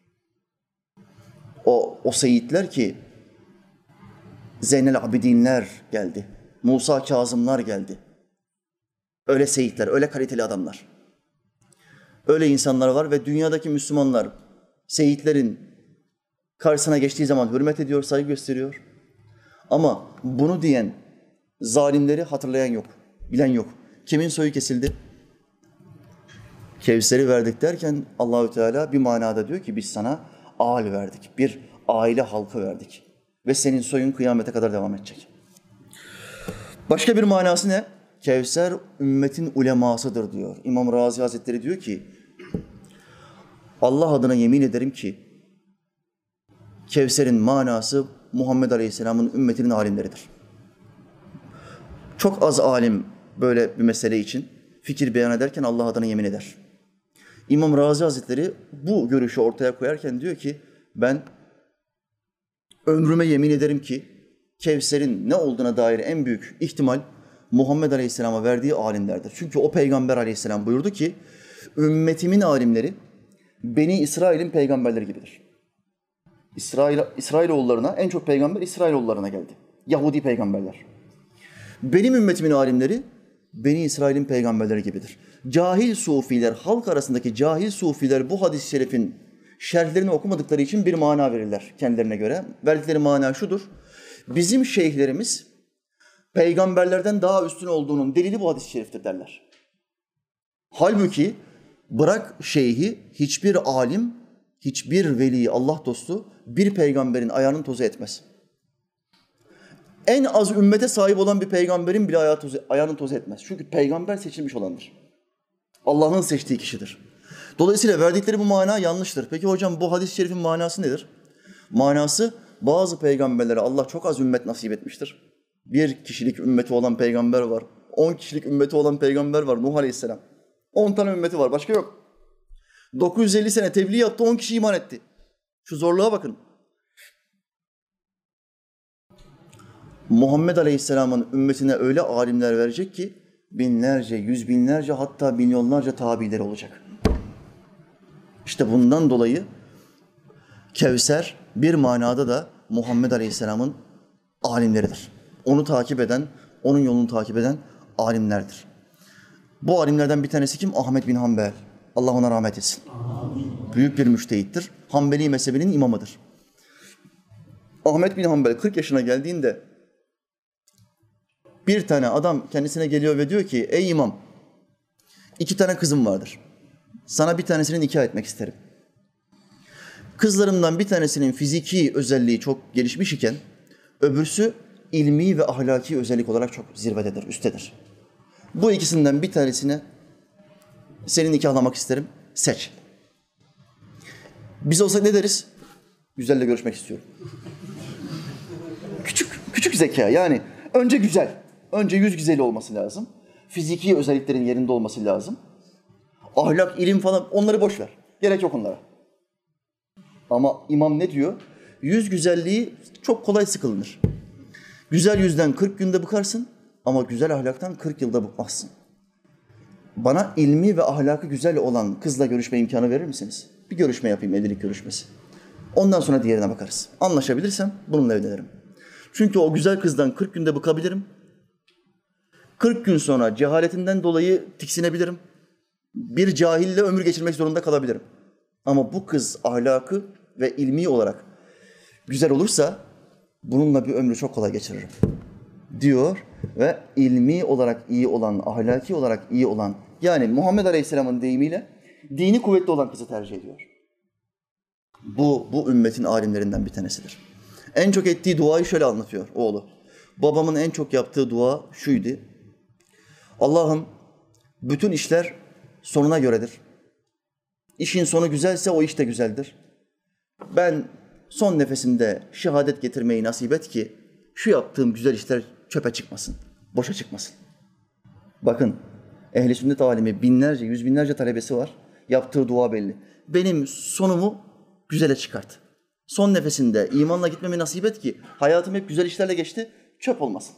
O seyitler ki Zeynel Abidinler geldi. Musa Kazımlar geldi. Öyle seyitler, öyle kaliteli adamlar. Öyle insanlar var ve dünyadaki Müslümanlar seyitlerin karşısına geçtiği zaman hürmet ediyor, saygı gösteriyor. Ama bunu diyen zalimleri hatırlayan yok, bilen yok. Kimin soyu kesildi? Kevser'i verdik derken Allahü Teala bir manada diyor ki biz sana âl verdik, bir aile halkı verdik. Ve senin soyun kıyamete kadar devam edecek. Başka bir manası ne? Kevser ümmetin ulemasıdır diyor. İmam Razi Hazretleri diyor ki Allah adına yemin ederim ki Kevser'in manası Muhammed Aleyhisselam'ın ümmetinin alimleridir. Çok az alim böyle bir mesele için fikir beyan ederken Allah adına yemin eder. İmam Razi Hazretleri bu görüşü ortaya koyarken diyor ki ben ömrüme yemin ederim ki Kevser'in ne olduğuna dair en büyük ihtimal Muhammed Aleyhisselam'a verdiği alimlerdir. Çünkü o Peygamber Aleyhisselam buyurdu ki ümmetimin alimleri Beni İsrail'in peygamberleri gibidir. İsrailoğullarına en çok peygamber İsrailoğullarına geldi. Yahudi peygamberler. Benim ümmetimin alimleri Beni İsrail'in peygamberleri gibidir. Cahil sufiler, halk arasındaki cahil sufiler bu hadis-i şerifin şerhlerini okumadıkları için bir mana verirler kendilerine göre. Verdikleri mana şudur. Bizim şeyhlerimiz peygamberlerden daha üstün olduğunun delili bu hadis-i şeriftir derler. Halbuki bırak şeyhi hiçbir alim, hiçbir veli, Allah dostu bir peygamberin ayağının tozu etmez. En az ümmete sahip olan bir peygamberin bile ayağının tozu etmez. Çünkü peygamber seçilmiş olandır. Allah'ın seçtiği kişidir. Dolayısıyla verdikleri bu mana yanlıştır. Peki hocam bu hadis-i şerifin manası nedir? Manası bazı peygamberlere Allah çok az ümmet nasip etmiştir. 1 kişilik ümmeti olan peygamber var. 10 kişilik ümmeti olan peygamber var. Nuh Aleyhisselam. 10 tane ümmeti var. Başka yok. 950 sene tebliğ yaptı. 10 kişi iman etti. Şu zorluğa bakın. Muhammed Aleyhisselam'ın ümmetine öyle alimler verecek ki binlerce, yüz binlerce hatta milyonlarca tabileri olacak. İşte bundan dolayı Kevser bir manada da Muhammed Aleyhisselam'ın alimleridir. Onu takip eden, onun yolunu takip eden alimlerdir. Bu alimlerden bir tanesi kim? Ahmed bin Hanbel. Allah ona rahmet etsin. Amin. Büyük bir müştehittir. Hanbeli mezhebinin imamıdır. Ahmed bin Hanbel 40 yaşına geldiğinde Bir tane adam kendisine geliyor ve diyor ki, ey imam, 2 tane kızım vardır. Sana bir tanesini nikah etmek isterim. Kızlarımdan bir tanesinin fiziki özelliği çok gelişmiş iken, öbürsü ilmi ve ahlaki özellik olarak çok zirvededir, üsttedir. Bu ikisinden bir tanesini seni nikahlamak isterim, seç. Biz olsak ne deriz? Güzelle görüşmek istiyorum. Küçük zeka yani. Önce güzel, önce yüz güzeli olması lazım. Fiziki özelliklerin yerinde olması lazım. Ahlak, ilim falan onları boş ver. Gerek yok onlara. Ama imam ne diyor? Yüz güzelliği çok kolay sıkılınır. Güzel yüzden 40 günde bıkarsın ama güzel ahlaktan 40 yılda bıkmazsın. Bana ilmi ve ahlakı güzel olan kızla görüşme imkanı verir misiniz? Bir görüşme yapayım, evlilik görüşmesi. Ondan sonra diğerine bakarız. Anlaşabilirsem bununla evlenirim. Çünkü o güzel kızdan 40 günde bıkabilirim. 40 gün sonra cehaletinden dolayı tiksinebilirim. Bir cahille ömür geçirmek zorunda kalabilirim. Ama bu kız ahlakı ve ilmi olarak güzel olursa bununla bir ömrü çok kolay geçiririm diyor ve ilmi olarak iyi olan, ahlaki olarak iyi olan, yani Muhammed Aleyhisselam'ın deyimiyle dini kuvvetli olan kızı tercih ediyor. Bu ümmetin alimlerinden bir tanesidir. En çok ettiği duayı şöyle anlatıyor oğlu. Babamın en çok yaptığı dua şuydu. Allah'ım, bütün işler sonuna göredir. İşin sonu güzelse o iş de güzeldir. Ben son nefesimde şehadet getirmeyi nasip et ki şu yaptığım güzel işler çöpe çıkmasın, boşa çıkmasın. Bakın, ehl-i sünnet alimi binlerce, yüz binlerce talebesi var. Yaptığı dua belli. Benim sonumu güzele çıkart. Son nefesinde imanla gitmemi nasip et ki hayatım hep güzel işlerle geçti, çöp olmasın.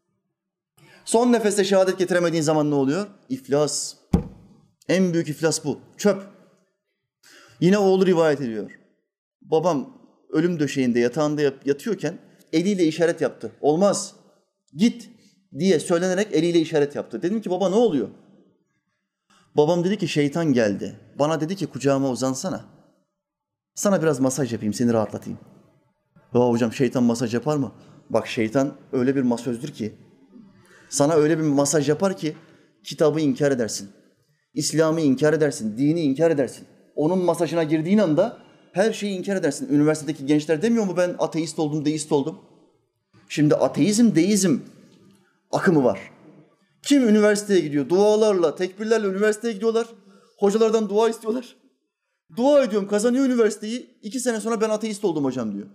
Son nefeste şehadet getiremediğin zaman ne oluyor? İflas. En büyük iflas bu. Çöp. Yine oğlu rivayet ediyor. Babam ölüm döşeğinde, yatağında yatıyorken eliyle işaret yaptı. Olmaz, git diye söylenerek eliyle işaret yaptı. Dedim ki baba ne oluyor? Babam dedi ki şeytan geldi. Bana dedi ki kucağıma uzansana. Sana biraz masaj yapayım, seni rahatlatayım. Ya hocam şeytan masaj yapar mı? Bak şeytan öyle bir masözdür ki, sana öyle bir masaj yapar ki kitabı inkar edersin. İslam'ı inkar edersin, dini inkar edersin. Onun masajına girdiğin anda her şeyi inkar edersin. Üniversitedeki gençler demiyor mu ben ateist oldum, deist oldum? Şimdi ateizm, deizm akımı var. Kim üniversiteye gidiyor? Dualarla, tekbirlerle üniversiteye gidiyorlar. Hocalardan dua istiyorlar. Dua ediyorum, kazanıyor üniversiteyi. 2 sene sonra ben ateist oldum hocam diyor.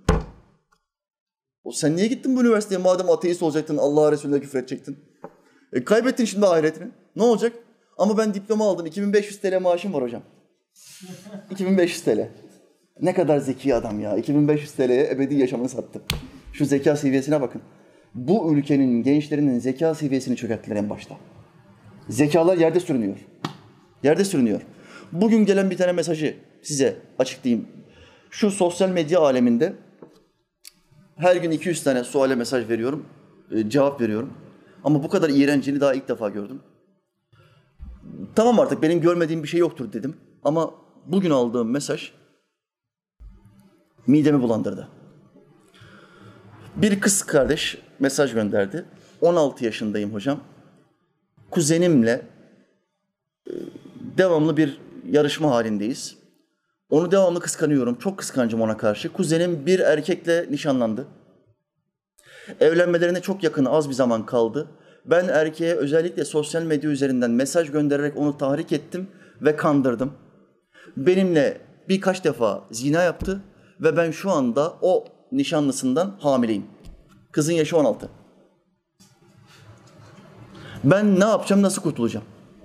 O sen niye gittin bu üniversiteye? Madem ateist olacaktın, Allah'a Resulüne küfür edecektin. Kaybettin şimdi ahiretini. Ne olacak? Ama ben diploma aldım. 2500 TL maaşım var hocam. 2500 TL. Ne kadar zeki adam ya. 2500 TL'ye ebedi yaşamını sattı. Şu zeka seviyesine bakın. Bu ülkenin gençlerinin zeka seviyesini çökerttiler en başta. Zekalar yerde sürünüyor. Yerde sürünüyor. Bugün gelen bir tane mesajı size açıklayayım. Şu sosyal medya aleminde her gün 200 tane suale mesaj veriyorum, cevap veriyorum. Ama bu kadar iğrencini daha ilk defa gördüm. Tamam artık benim görmediğim bir şey yoktur dedim. Ama bugün aldığım mesaj midemi bulandırdı. Bir kız kardeş mesaj gönderdi. 16 yaşındayım hocam. Kuzenimle devamlı bir yarışma halindeyiz. Onu devamlı kıskanıyorum. Çok kıskancım ona karşı. Kuzenim bir erkekle nişanlandı. Evlenmelerine çok yakın, az bir zaman kaldı. Ben erkeğe özellikle sosyal medya üzerinden mesaj göndererek onu tahrik ettim ve kandırdım. Benimle birkaç defa zina yaptı ve ben şu anda o nişanlısından hamileyim. Kızın yaşı 16. Ben ne yapacağım, nasıl kurtulacağım?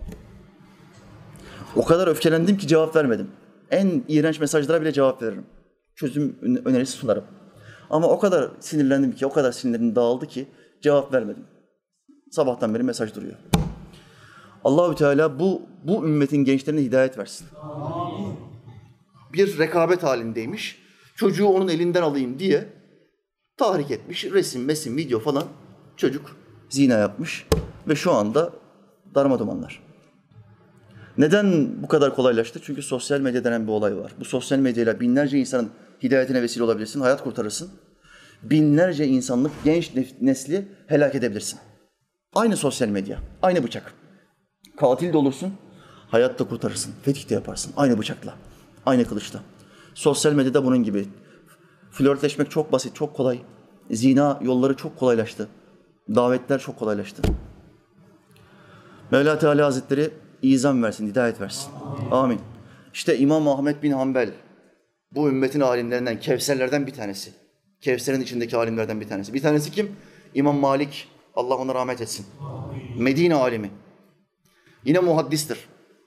O kadar öfkelendim ki cevap vermedim. En iğrenç mesajlara bile cevap veririm. Çözüm önerisi sunarım. Ama o kadar sinirlendim ki, o kadar sinirim dağıldı ki cevap vermedim. Sabahtan beri mesaj duruyor. Allahü Teala bu ümmetin gençlerine hidayet versin. Amin. Bir rekabet halindeymiş. Çocuğu onun elinden alayım diye tahrik etmiş. Resim, video falan. Çocuk zina yapmış ve şu anda darmadumanlar. Neden bu kadar kolaylaştı? Çünkü sosyal medya denen bir olay var. Bu sosyal medyayla binlerce insanın hidayetine vesile olabilirsin, hayat kurtarırsın. Binlerce insanlık genç nesli helak edebilirsin. Aynı sosyal medya, aynı bıçak. Katil de olursun, hayatta kurtarırsın, fetih de yaparsın. Aynı bıçakla, aynı kılıçla. Sosyal medyada bunun gibi. Flörtleşmek çok basit, çok kolay. Zina yolları çok kolaylaştı. Davetler çok kolaylaştı. Mevla Teala Hazretleri izan versin, hidayet versin. Amin. İşte İmam Ahmed bin Hanbel, bu ümmetin alimlerinden, Kevserlerden bir tanesi. Kevser'in içindeki alimlerden bir tanesi. Bir tanesi kim? İmam Malik, Allah ona rahmet etsin. Medine alimi. Yine muhaddistir.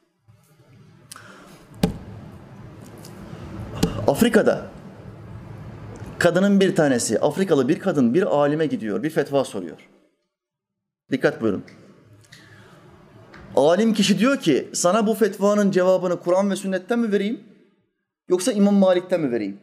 Afrika'da kadının bir tanesi, Afrikalı bir kadın bir alime gidiyor, bir fetva soruyor. Dikkat buyurun. Alim kişi diyor ki, sana bu fetvanın cevabını Kur'an ve sünnetten mi vereyim, yoksa İmam Malik'ten mi vereyim?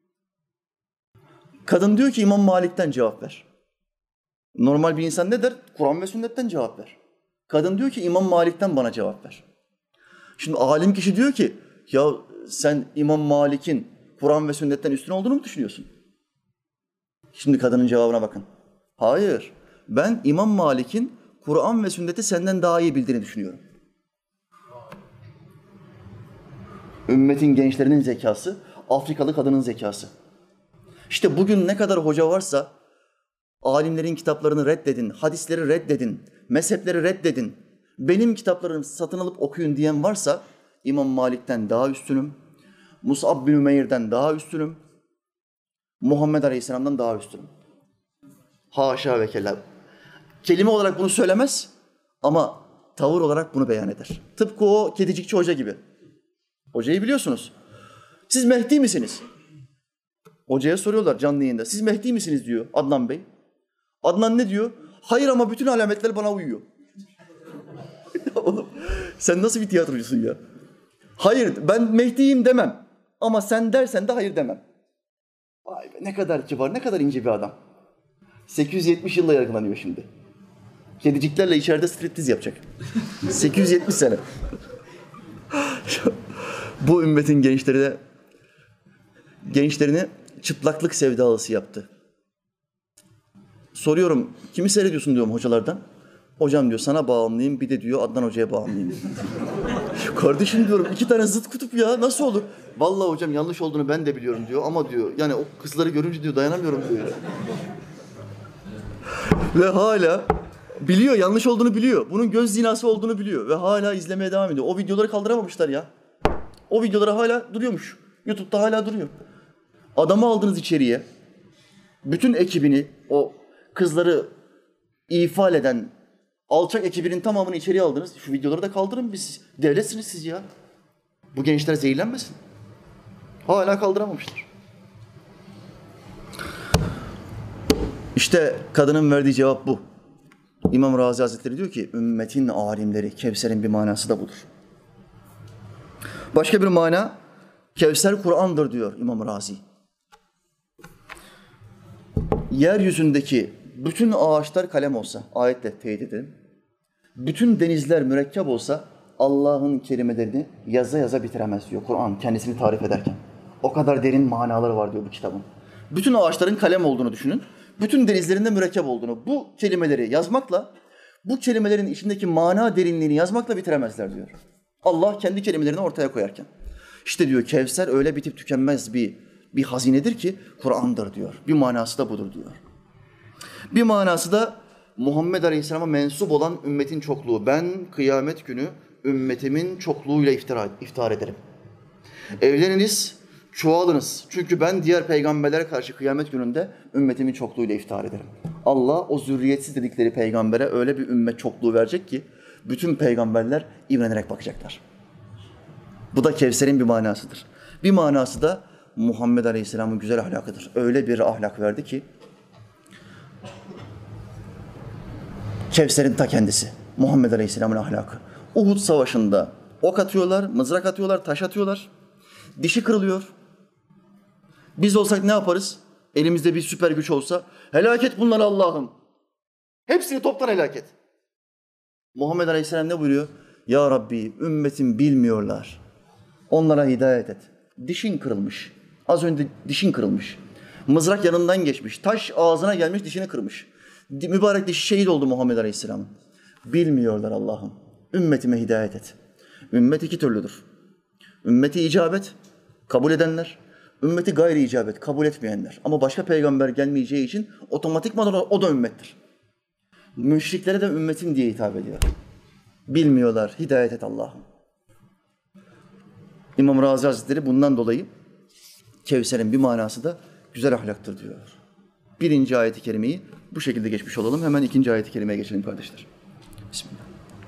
Kadın diyor ki, İmam Malik'ten cevap ver. Normal bir insan ne der? Kur'an ve sünnetten cevap ver. Kadın diyor ki, İmam Malik'ten bana cevap ver. Şimdi alim kişi diyor ki, ya sen İmam Malik'in Kur'an ve sünnetten üstün olduğunu mu düşünüyorsun? Şimdi kadının cevabına bakın. Hayır, ben İmam Malik'in Kur'an ve sünneti senden daha iyi bildiğini düşünüyorum. Ümmetin gençlerinin zekası, Afrikalı kadının zekası. İşte bugün ne kadar hoca varsa, alimlerin kitaplarını reddedin, hadisleri reddedin, mezhepleri reddedin, benim kitaplarımı satın alıp okuyun diyen varsa, İmam Malik'ten daha üstünüm, Mus'ab bin Ümeyr'den daha üstünüm, Muhammed Aleyhisselam'dan daha üstünüm. Haşa ve kella. Kelime olarak bunu söylemez ama tavır olarak bunu beyan eder. Tıpkı o kedicikçi hoca gibi. Hocayı biliyorsunuz. Siz Mehdi misiniz? Hocaya soruyorlar canlı yayında. Siz Mehdi misiniz diyor Adnan Bey. Adnan ne diyor? Hayır ama bütün alametler bana uyuyor. Oğlum sen nasıl bir tiyatrocusun ya? Hayır ben Mehdi'yim demem. Ama sen dersen de hayır demem. Vay be ne kadar kibar, ne kadar ince bir adam. 870 yılla yargılanıyor şimdi. Kediciklerle içeride striptiz yapacak. 870 sene. Bu ümmetin gençlerini çıplaklık sevdalısı yaptı. Soruyorum, kimi seyrediyorsun diyorum hocalardan. Hocam diyor sana bağımlıyım, bir de diyor Adnan Hoca'ya bağımlıyım. Kardeşim diyorum, 2 tane zıt kutup ya, nasıl olur? Vallahi hocam yanlış olduğunu ben de biliyorum diyor ama diyor, yani o kızları görünce diyor dayanamıyorum diyor. Ve hala biliyor, yanlış olduğunu biliyor. Bunun göz zinası olduğunu biliyor ve hala izlemeye devam ediyor. O videoları kaldıramamışlar ya. O videoları hala duruyormuş. YouTube'da hala duruyor. Adamı aldınız içeriye. Bütün ekibini, o kızları ifade eden alçak ekibinin tamamını içeriye aldınız. Şu videoları da kaldırın biz. Devletsiniz siz ya. Bu gençler zehirlenmesin. Hala kaldıramamışlar. İşte kadının verdiği cevap bu. İmam Razi Hazretleri diyor ki, ümmetin alimleri, Kevser'in bir manası da budur. Başka bir mana, Kevser Kur'an'dır diyor İmam Razi. Yeryüzündeki bütün ağaçlar kalem olsa, ayetle teyit edelim. Bütün denizler mürekkep olsa, Allah'ın kelimelerini yaza yaza bitiremez diyor Kur'an kendisini tarif ederken. O kadar derin manaları var diyor bu kitabın. Bütün ağaçların kalem olduğunu düşünün. Bütün denizlerin de mürekkep olduğunu, bu kelimeleri yazmakla, bu kelimelerin içindeki mana derinliğini yazmakla bitiremezler diyor. Allah kendi kelimelerini ortaya koyarken. İşte diyor Kevser öyle bitip tükenmez bir hazinedir ki Kur'an'dır diyor. Bir manası da budur diyor. Bir manası da Muhammed Aleyhisselam'a mensup olan ümmetin çokluğu. Ben kıyamet günü ümmetimin çokluğuyla iftar ederim. Evleniniz, çoğalınız. Çünkü ben diğer peygamberlere karşı kıyamet gününde ümmetimin çokluğuyla iftar ederim. Allah o zürriyetsiz dedikleri peygambere öyle bir ümmet çokluğu verecek ki bütün peygamberler imrenerek bakacaklar. Bu da Kevser'in bir manasıdır. Bir manası da Muhammed Aleyhisselam'ın güzel ahlakıdır. Öyle bir ahlak verdi ki Kevser'in ta kendisi. Muhammed Aleyhisselam'ın ahlakı. Uhud Savaşı'nda ok atıyorlar, mızrak atıyorlar, taş atıyorlar. Dişi kırılıyor. Biz olsak ne yaparız? Elimizde bir süper güç olsa, helak et bunları Allah'ım. Hepsini toptan helak et. Muhammed Aleyhisselam ne buyuruyor? Ya Rabbi, ümmetim bilmiyorlar. Onlara hidayet et. Dişin kırılmış. Az önce dişin kırılmış. Mızrak yanından geçmiş. Taş ağzına gelmiş, dişini kırmış. Mübarek dişi şehit oldu Muhammed Aleyhisselam'ın. Bilmiyorlar Allah'ım. Ümmetime hidayet et. Ümmet iki türlüdür. Ümmeti icabet, kabul edenler. Ümmeti gayri icabet, kabul etmeyenler. Ama başka peygamber gelmeyeceği için otomatikman o da ümmettir. Müşriklere de ümmetim diye hitap ediyor. Bilmiyorlar, hidayet et Allah'ım. İmam Razi Hazretleri bundan dolayı Kevser'in bir manası da güzel ahlaktır diyor. Birinci ayet-i kerimeyi bu şekilde geçmiş olalım. Hemen ikinci ayet-i kerimeye geçelim kardeşler. Bismillah.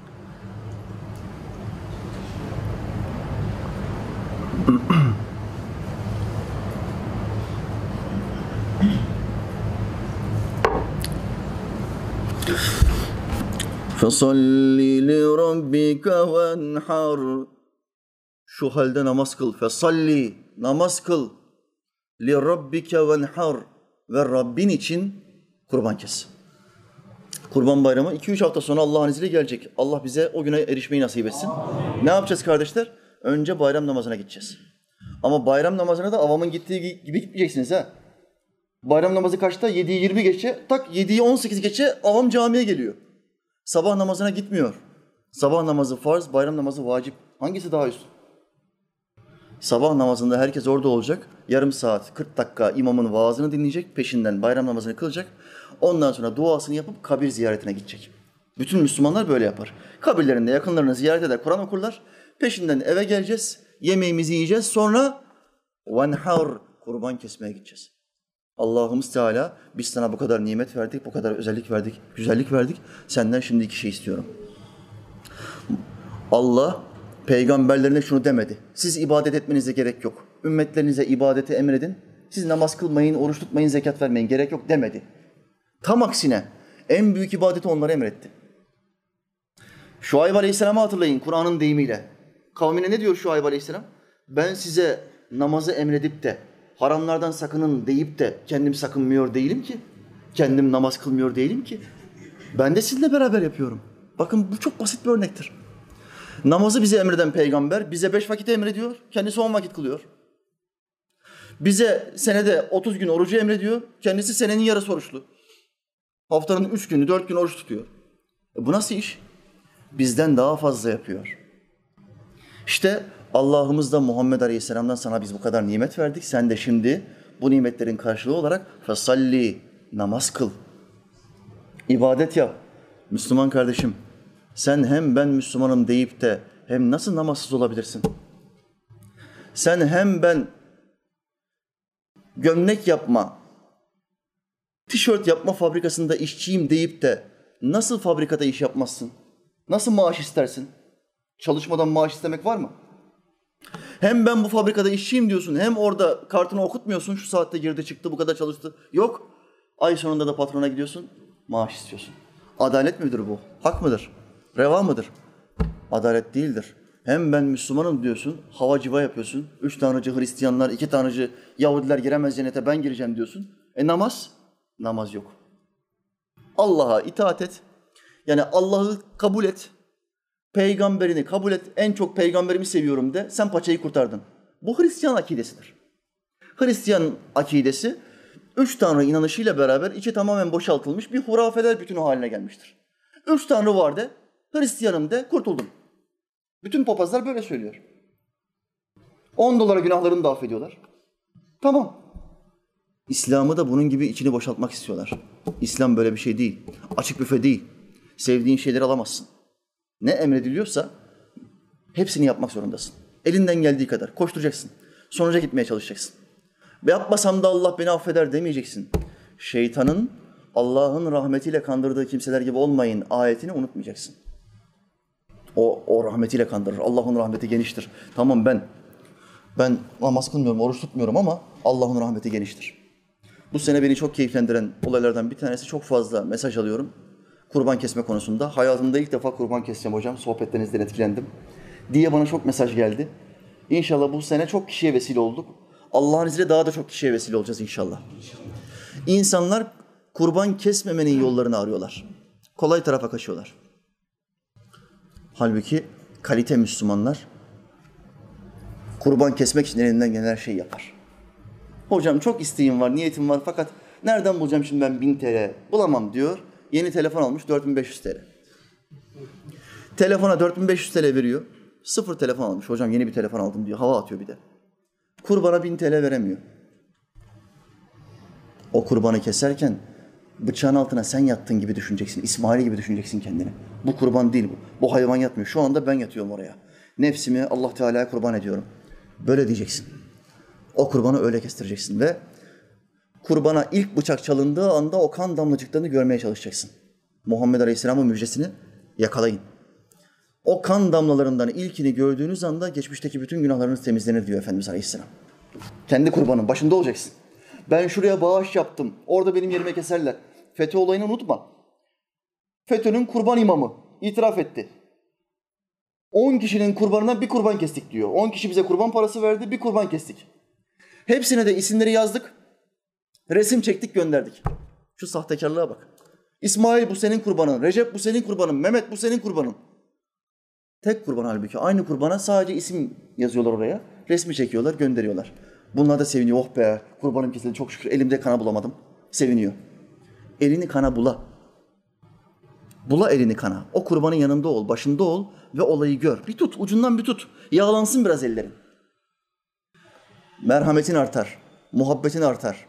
فَصَلِّ لِرَبِّكَ وَانْحَرْ. Şu halde namaz kıl. Fesalli, namaz kıl. لِرَبِّكَ وَانْحَرْ. Ve Rabbin için kurban kes. Kurban Bayramı 2-3 hafta sonra Allah'ın izniyle gelecek. Allah bize o güne erişmeyi nasip etsin. Ne yapacağız kardeşler? Önce bayram namazına gideceğiz. Ama bayram namazına da avamın gittiği gibi gitmeyeceksiniz ha. Bayram namazı kaçta? 7'yi 20 geçe, tak 7'yi 18 geçe avam camiye geliyor. Sabah namazına gitmiyor. Sabah namazı farz, bayram namazı vacip. Hangisi daha üstün? Sabah namazında herkes orada olacak. Yarım saat, 40 dakika imamın vaazını dinleyecek. Peşinden bayram namazını kılacak. Ondan sonra duasını yapıp kabir ziyaretine gidecek. Bütün Müslümanlar böyle yapar. Kabirlerinde yakınlarını ziyaret eder, Kur'an okurlar. Peşinden eve geleceğiz, yemeğimizi yiyeceğiz. Sonra venhar, kurban kesmeye gideceğiz. Allah'ımız Teala biz sana bu kadar nimet verdik, bu kadar özellik verdik, güzellik verdik. Senden şimdi iki şey istiyorum. Allah peygamberlerine şunu demedi. Siz ibadet etmenize gerek yok. Ümmetlerinize ibadeti emredin. Siz namaz kılmayın, oruç tutmayın, zekat vermeyin. Gerek yok demedi. Tam aksine en büyük ibadeti onlara emretti. Şuayb Aleyhisselam'ı hatırlayın Kur'an'ın deyimiyle. Kavmine ne diyor Şuayb Aleyhisselam? Ben size namazı emredip de haramlardan sakının deyip de kendim sakınmıyor değilim ki. Kendim namaz kılmıyor değilim ki. Ben de sizinle beraber yapıyorum. Bakın bu çok basit bir örnektir. Namazı bize emreden peygamber bize 5 vakit emrediyor. Kendisi 10 vakit kılıyor. Bize senede 30 gün orucu emrediyor. Kendisi senenin yarısı oruçlu. Haftanın 3 günü, 4 gün oruç tutuyor. Bu nasıl iş? Bizden daha fazla yapıyor. İşte Allah'ımız da Muhammed Aleyhisselam'dan sana biz bu kadar nimet verdik. Sen de şimdi bu nimetlerin karşılığı olarak fesalli, namaz kıl. İbadet yap. Müslüman kardeşim, sen hem ben Müslümanım deyip de hem nasıl namazsız olabilirsin? Sen hem ben gömlek yapma, tişört yapma fabrikasında işçiyim deyip de nasıl fabrikada iş yapmazsın? Nasıl maaş istersin? Çalışmadan maaş istemek var mı? Hem ben bu fabrikada işçiyim diyorsun, hem orada kartını okutmuyorsun, şu saatte girdi çıktı, bu kadar çalıştı. Yok, ay sonunda da patrona gidiyorsun, maaş istiyorsun. Adalet midir bu? Hak mıdır? Reva mıdır? Adalet değildir. Hem ben Müslümanım diyorsun, hava civa yapıyorsun. 3 tanrıcı Hristiyanlar, 2 tanrıcı Yahudiler giremez cennete, ben gireceğim diyorsun. Namaz? Namaz yok. Allah'a itaat et. Yani Allah'ı kabul et. Peygamberini kabul et. En çok peygamberimi seviyorum de. Sen paçayı kurtardın. Bu Hristiyan akidesidir. Hristiyan akidesi 3 tanrı inanışıyla beraber içi tamamen boşaltılmış bir hurafeler bütünü haline gelmiştir. 3 tanrı var de, Hristiyanım de, kurtuldum. Bütün papazlar böyle söylüyor. 10 dolara günahlarını da affediyorlar. Tamam. İslam'ı da bunun gibi içini boşaltmak istiyorlar. İslam böyle bir şey değil. Açık büfe değil. Sevdiğin şeyleri alamazsın. Ne emrediliyorsa hepsini yapmak zorundasın. Elinden geldiği kadar koşturacaksın. Sonuca gitmeye çalışacaksın. Ve yapmasam da Allah beni affeder demeyeceksin. Şeytanın Allah'ın rahmetiyle kandırdığı kimseler gibi olmayın ayetini unutmayacaksın. O rahmetiyle kandırır. Allah'ın rahmeti geniştir. Tamam ben namaz kılmıyorum, oruç tutmuyorum ama Allah'ın rahmeti geniştir. Bu sene beni çok keyiflendiren olaylardan bir tanesi, çok fazla mesaj alıyorum. Kurban kesme konusunda. Hayatımda ilk defa kurban keseceğim hocam. Sohbetlerinizden etkilendim diye bana çok mesaj geldi. İnşallah bu sene çok kişiye vesile olduk. Allah'ın izniyle daha da çok kişiye vesile olacağız inşallah. İnsanlar kurban kesmemenin yollarını arıyorlar. Kolay tarafa kaçıyorlar. Halbuki kalite Müslümanlar kurban kesmek için elinden gelen her şeyi yapar. Hocam çok isteğim var, niyetim var fakat Nereden bulacağım şimdi ben 1000 TL? Bulamam diyor. Yeni telefon almış 4500 TL. Telefona 4500 TL veriyor. Sıfır telefon almış. Hocam yeni bir telefon aldım diyor. Hava atıyor bir de. Kurbana 1000 TL veremiyor. O kurbanı keserken bıçağın altına sen yattın gibi düşüneceksin. İsmail gibi düşüneceksin kendini. Bu kurban değil bu. Bu hayvan yatmıyor. Şu anda ben yatıyorum oraya. Nefsimi Allah Teala'ya kurban ediyorum. Böyle diyeceksin. O kurbanı öyle kestireceksin ve kurbana ilk bıçak çalındığı anda o kan damlacıklarını görmeye çalışacaksın. Muhammed Aleyhisselam'ın müjdesini yakalayın. O kan damlalarından ilkini gördüğünüz anda geçmişteki bütün günahlarınız temizlenir diyor Efendimiz Aleyhisselam. Kendi kurbanın başında olacaksın. Ben şuraya bağış yaptım. Orada benim yerime keserler. FETÖ olayını unutma. FETÖ'nün kurban imamı itiraf etti. 10 kişinin kurbanından bir kurban kestik diyor. 10 kişi bize kurban parası verdi, bir kurban kestik. Hepsine de isimleri yazdık. Resim çektik, gönderdik. Şu sahtekarlığa bak. İsmail bu senin kurbanın, Recep bu senin kurbanın, Mehmet bu senin kurbanın. Tek kurban halbuki. Aynı kurbana sadece isim yazıyorlar oraya. Resmi çekiyorlar, gönderiyorlar. Bunlar da seviniyor. Oh be, kurbanım kesildi çok şükür. Elimde kana bulamadım. Seviniyor. Elini kana bula. Bula elini kana. O kurbanın yanında ol, başında ol ve olayı gör. Bir tut, ucundan bir tut. Yağlansın biraz ellerin. Merhametin artar, muhabbetin artar.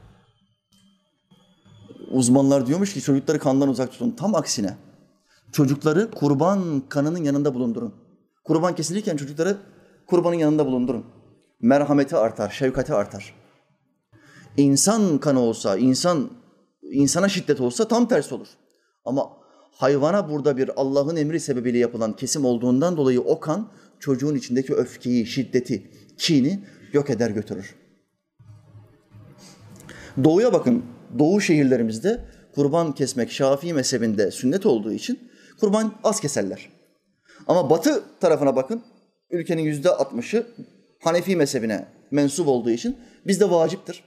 Uzmanlar diyormuş ki çocukları kandan uzak tutun. Tam aksine. Çocukları kurban kanının yanında bulundurun. Kurban kesilirken çocukları kurbanın yanında bulundurun. Merhameti artar, şefkati artar. İnsan kanı olsa, insana şiddet olsa tam tersi olur. Ama hayvana burada bir Allah'ın emri sebebiyle yapılan kesim olduğundan dolayı o kan çocuğun içindeki öfkeyi, şiddeti, kini yok eder götürür. Doğuya bakın. Doğu şehirlerimizde kurban kesmek Şafii mezhebinde sünnet olduğu için kurban az keserler. Ama batı tarafına bakın. Ülkenin %60'ı Hanefi mezhebine mensup olduğu için bizde vaciptir.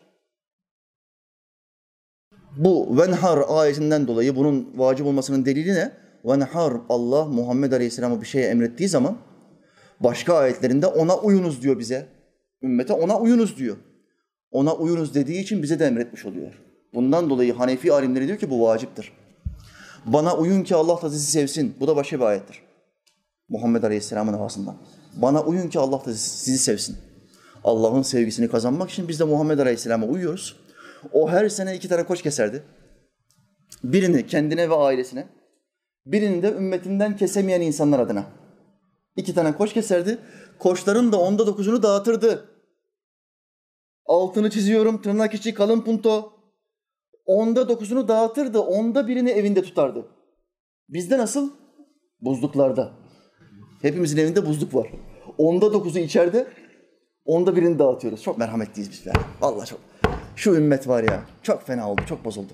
Bu venhar ayetinden dolayı bunun vacip olmasının delili ne? Venhar, Allah Muhammed Aleyhisselam'a bir şeye emrettiği zaman başka ayetlerinde ona uyunuz diyor bize. Ümmete ona uyunuz diyor. Ona uyunuz dediği için bize de emretmiş oluyor. Bundan dolayı Hanefi alimleri diyor ki bu vaciptir. Bana uyun ki Allah da sizi sevsin. Bu da başka bir ayettir. Muhammed Aleyhisselam'ın havasından. Bana uyun ki Allah da sizi sevsin. Allah'ın sevgisini kazanmak için biz de Muhammed Aleyhisselam'a uyuyoruz. O her sene 2 tane koç keserdi. Birini kendine ve ailesine, birini de ümmetinden kesemeyen insanlar adına. 2 tane koç keserdi. Koçların da 9'unu dağıtırdı. Altını çiziyorum, tırnak içi kalın punto. 9'unu dağıtırdı, 1'ini evinde tutardı. Bizde nasıl? Buzluklarda. Hepimizin evinde buzluk var. 9'u içeride, 1'ini dağıtıyoruz. Çok merhametliyiz biz. Vallahi çok. Şu ümmet var ya, çok fena oldu, çok bozuldu.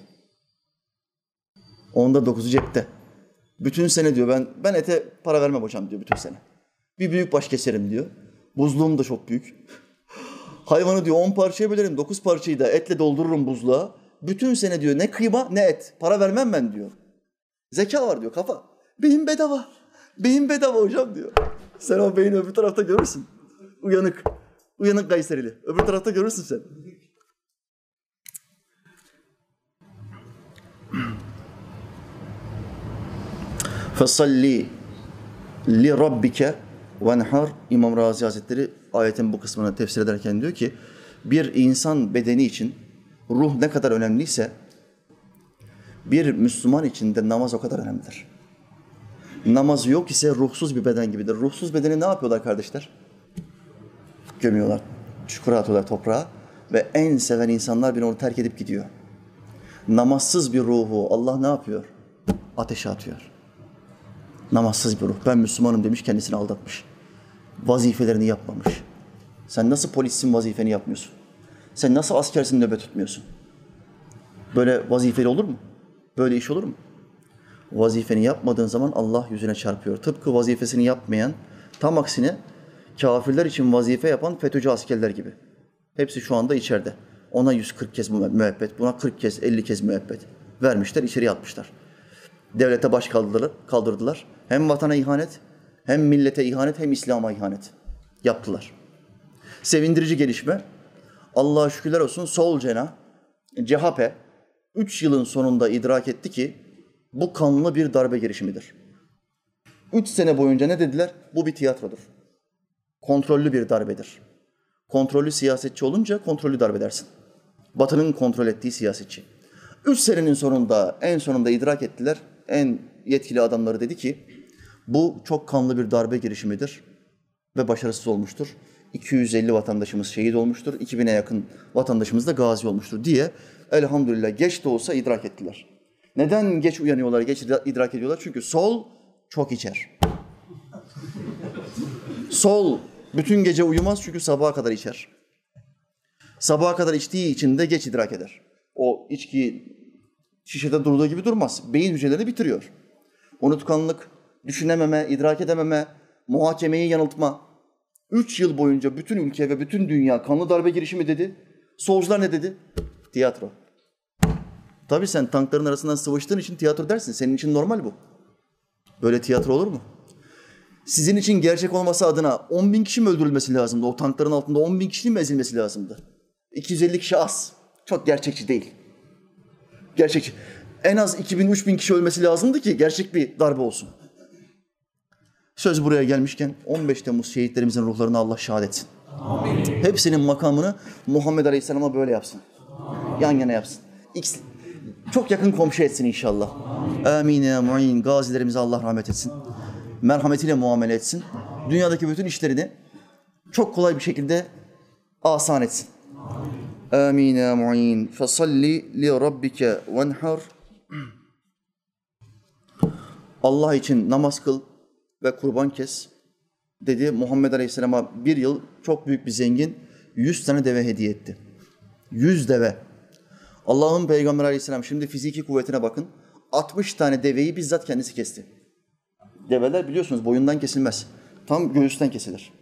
9'u cepte. Bütün sene diyor, ben ete para vermem hocam diyor bütün sene. Bir büyük baş keserim diyor. Buzluğum da çok büyük. Hayvanı diyor 10 parçaya bölerim, 9 parçayı da etle doldururum buzluğa. Bütün sene diyor ne kıyma ne et. Para vermem ben diyor. Zeka var diyor, kafa. Beyin bedava. Beyin bedava hocam diyor. Sen o beyni öbür tarafta görürsün. Uyanık. Uyanık Kayserili. Öbür tarafta görürsün sen. فَصَلِّ لِرَبِّكَ وَنْحَرْ İmam Razi Hazretleri ayetin bu kısmını tefsir ederken diyor ki bir insan bedeni için ruh ne kadar önemliyse bir Müslüman için de namaz o kadar önemlidir. Namaz yok ise ruhsuz bir beden gibidir. Ruhsuz bedeni ne yapıyorlar kardeşler? Gömüyorlar, çukura atıyorlar toprağa ve en seven insanlar bile onu terk edip gidiyor. Namazsız bir ruhu Allah ne yapıyor? Ateşe atıyor. Namazsız bir ruh. Ben Müslümanım demiş, kendisini aldatmış. Vazifelerini yapmamış. Sen nasıl polissin, vazifeni yapmıyorsun? Sen nasıl askersin, nöbet tutmuyorsun? Böyle vazifeli olur mu? Böyle iş olur mu? Vazifeni yapmadığın zaman Allah yüzüne çarpıyor. Tıpkı vazifesini yapmayan, tam aksine kafirler için vazife yapan FETÖ'cü askerler gibi. Hepsi şu anda içeride. Ona 140 kez müebbet, buna 40 kez, 50 kez müebbet vermişler, içeriye atmışlar. Devlete baş kaldırdılar. Hem vatana ihanet, hem millete ihanet, hem İslam'a ihanet yaptılar. Sevindirici gelişme. Allah'a şükürler olsun sol cenah CHP 3 yılın sonunda idrak etti ki bu kanlı bir darbe girişimidir. 3 sene boyunca ne dediler? Bu bir tiyatrodur. Kontrollü bir darbedir. Kontrollü siyasetçi olunca kontrollü darbe dersin. Batı'nın kontrol ettiği siyasetçi. 3 senenin sonunda, en sonunda idrak ettiler. En yetkili adamları dedi ki bu çok kanlı bir darbe girişimidir ve başarısız olmuştur. 250 vatandaşımız şehit olmuştur, 2000'e yakın vatandaşımız da gazi olmuştur diye elhamdülillah geç de olsa idrak ettiler. Neden geç uyanıyorlar, geç idrak ediyorlar? Çünkü sol çok içer. Sol bütün gece uyumaz çünkü sabaha kadar içer. Sabaha kadar içtiği için de geç idrak eder. O içki şişede durduğu gibi durmaz. Beyin hücrelerini bitiriyor. Unutkanlık, düşünememe, idrak edememe, muhakemeyi yanıltma. 3 yıl boyunca bütün ülke ve bütün dünya kanlı darbe girişimi dedi. Solcular ne dedi? Tiyatro. Tabii sen tankların arasından sıvıştığın için tiyatro dersin. Senin için normal bu. Böyle tiyatro olur mu? Sizin için gerçek olması adına 10.000 kişi mi öldürülmesi lazımdı? O tankların altında 10.000 kişinin mi ezilmesi lazımdı? 250 kişi az. Çok gerçekçi değil. Gerçekçi. En az 2.000-3.000 kişi ölmesi lazımdı ki gerçek bir darbe olsun. Söz buraya gelmişken 15 Temmuz şehitlerimizin ruhlarına Allah şahit etsin. Amin. Hepsinin makamını Muhammed Aleyhisselam'a böyle yapsın. Amin. Yan yana yapsın. Çok yakın komşu etsin inşallah. Amin ya mu'in. Gazilerimize Allah rahmet etsin. Merhametiyle muamele etsin. Dünyadaki bütün işlerini çok kolay bir şekilde asan etsin. Amin ya mu'in. Fesalli li rabbike venhar. Allah için namaz kıl ve kurban kes dedi. Muhammed Aleyhisselam'a bir yıl çok büyük bir zengin 100 tane deve hediye etti. 100 deve. Allah'ın Peygamberi Aleyhisselam şimdi fiziki kuvvetine bakın. 60 tane deveyi bizzat kendisi kesti. Develer biliyorsunuz boyundan kesilmez. Tam göğüsten kesilir.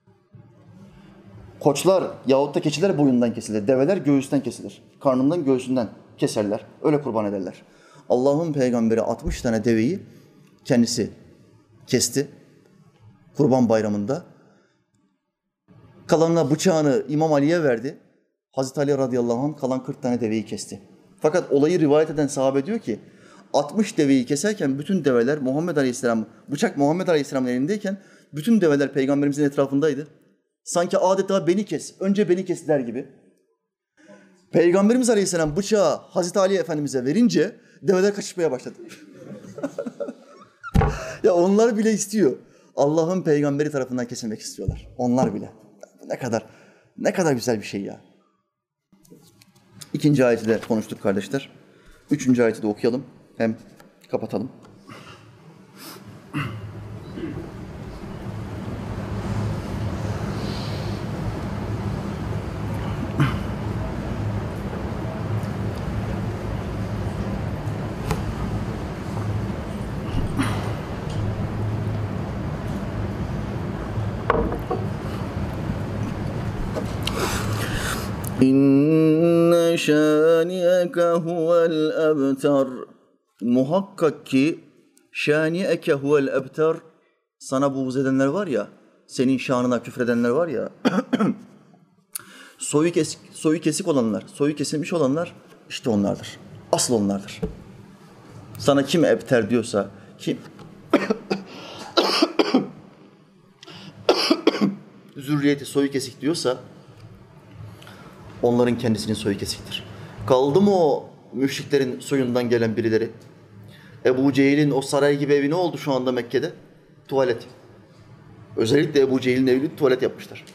Koçlar yahut da keçiler boyundan kesilir. Develer göğüsten kesilir. Karnından göğsünden keserler. Öyle kurban ederler. Allah'ın Peygamberi 60 tane deveyi kendisi kesti. Kurban bayramında. Kalanına bıçağını İmam Ali'ye verdi. Hazreti Ali radıyallahu anh kalan 40 tane deveyi kesti. Fakat olayı rivayet eden sahabe diyor ki 60 deveyi keserken bütün develer Muhammed Aleyhisselam, bıçak Muhammed Aleyhisselam'ın elindeyken bütün develer Peygamberimizin etrafındaydı. Sanki adeta beni kes, önce beni kes der gibi. Peygamberimiz Aleyhisselam bıçağı Hazreti Ali Efendimiz'e verince develer kaçışmaya başladı. Ya onlar bile istiyor. Allah'ın peygamberi tarafından kesilmek istiyorlar. Onlar bile. Ne kadar güzel bir şey ya. 2. ayeti de konuştuk kardeşler. 3. ayeti de okuyalım. Hem kapatalım. İnne şâniyeke huvel ebtar. Muhakkak ki şâniyeke huvel ebtar. Sana buğz edenler var ya, senin şanına küfredenler var ya, soyu kesik olanlar, soyu kesilmiş olanlar işte onlardır. Asıl onlardır. Sana kim ebter diyorsa, kim zürriyeti soyu kesik diyorsa onların kendisinin soyu kesiktir. Kaldı mı o müşriklerin soyundan gelen birileri? Ebu Cehil'in o saray gibi evi ne oldu şu anda Mekke'de? Tuvalet. Özellikle Ebu Cehil'in evini tuvalet yapmışlar.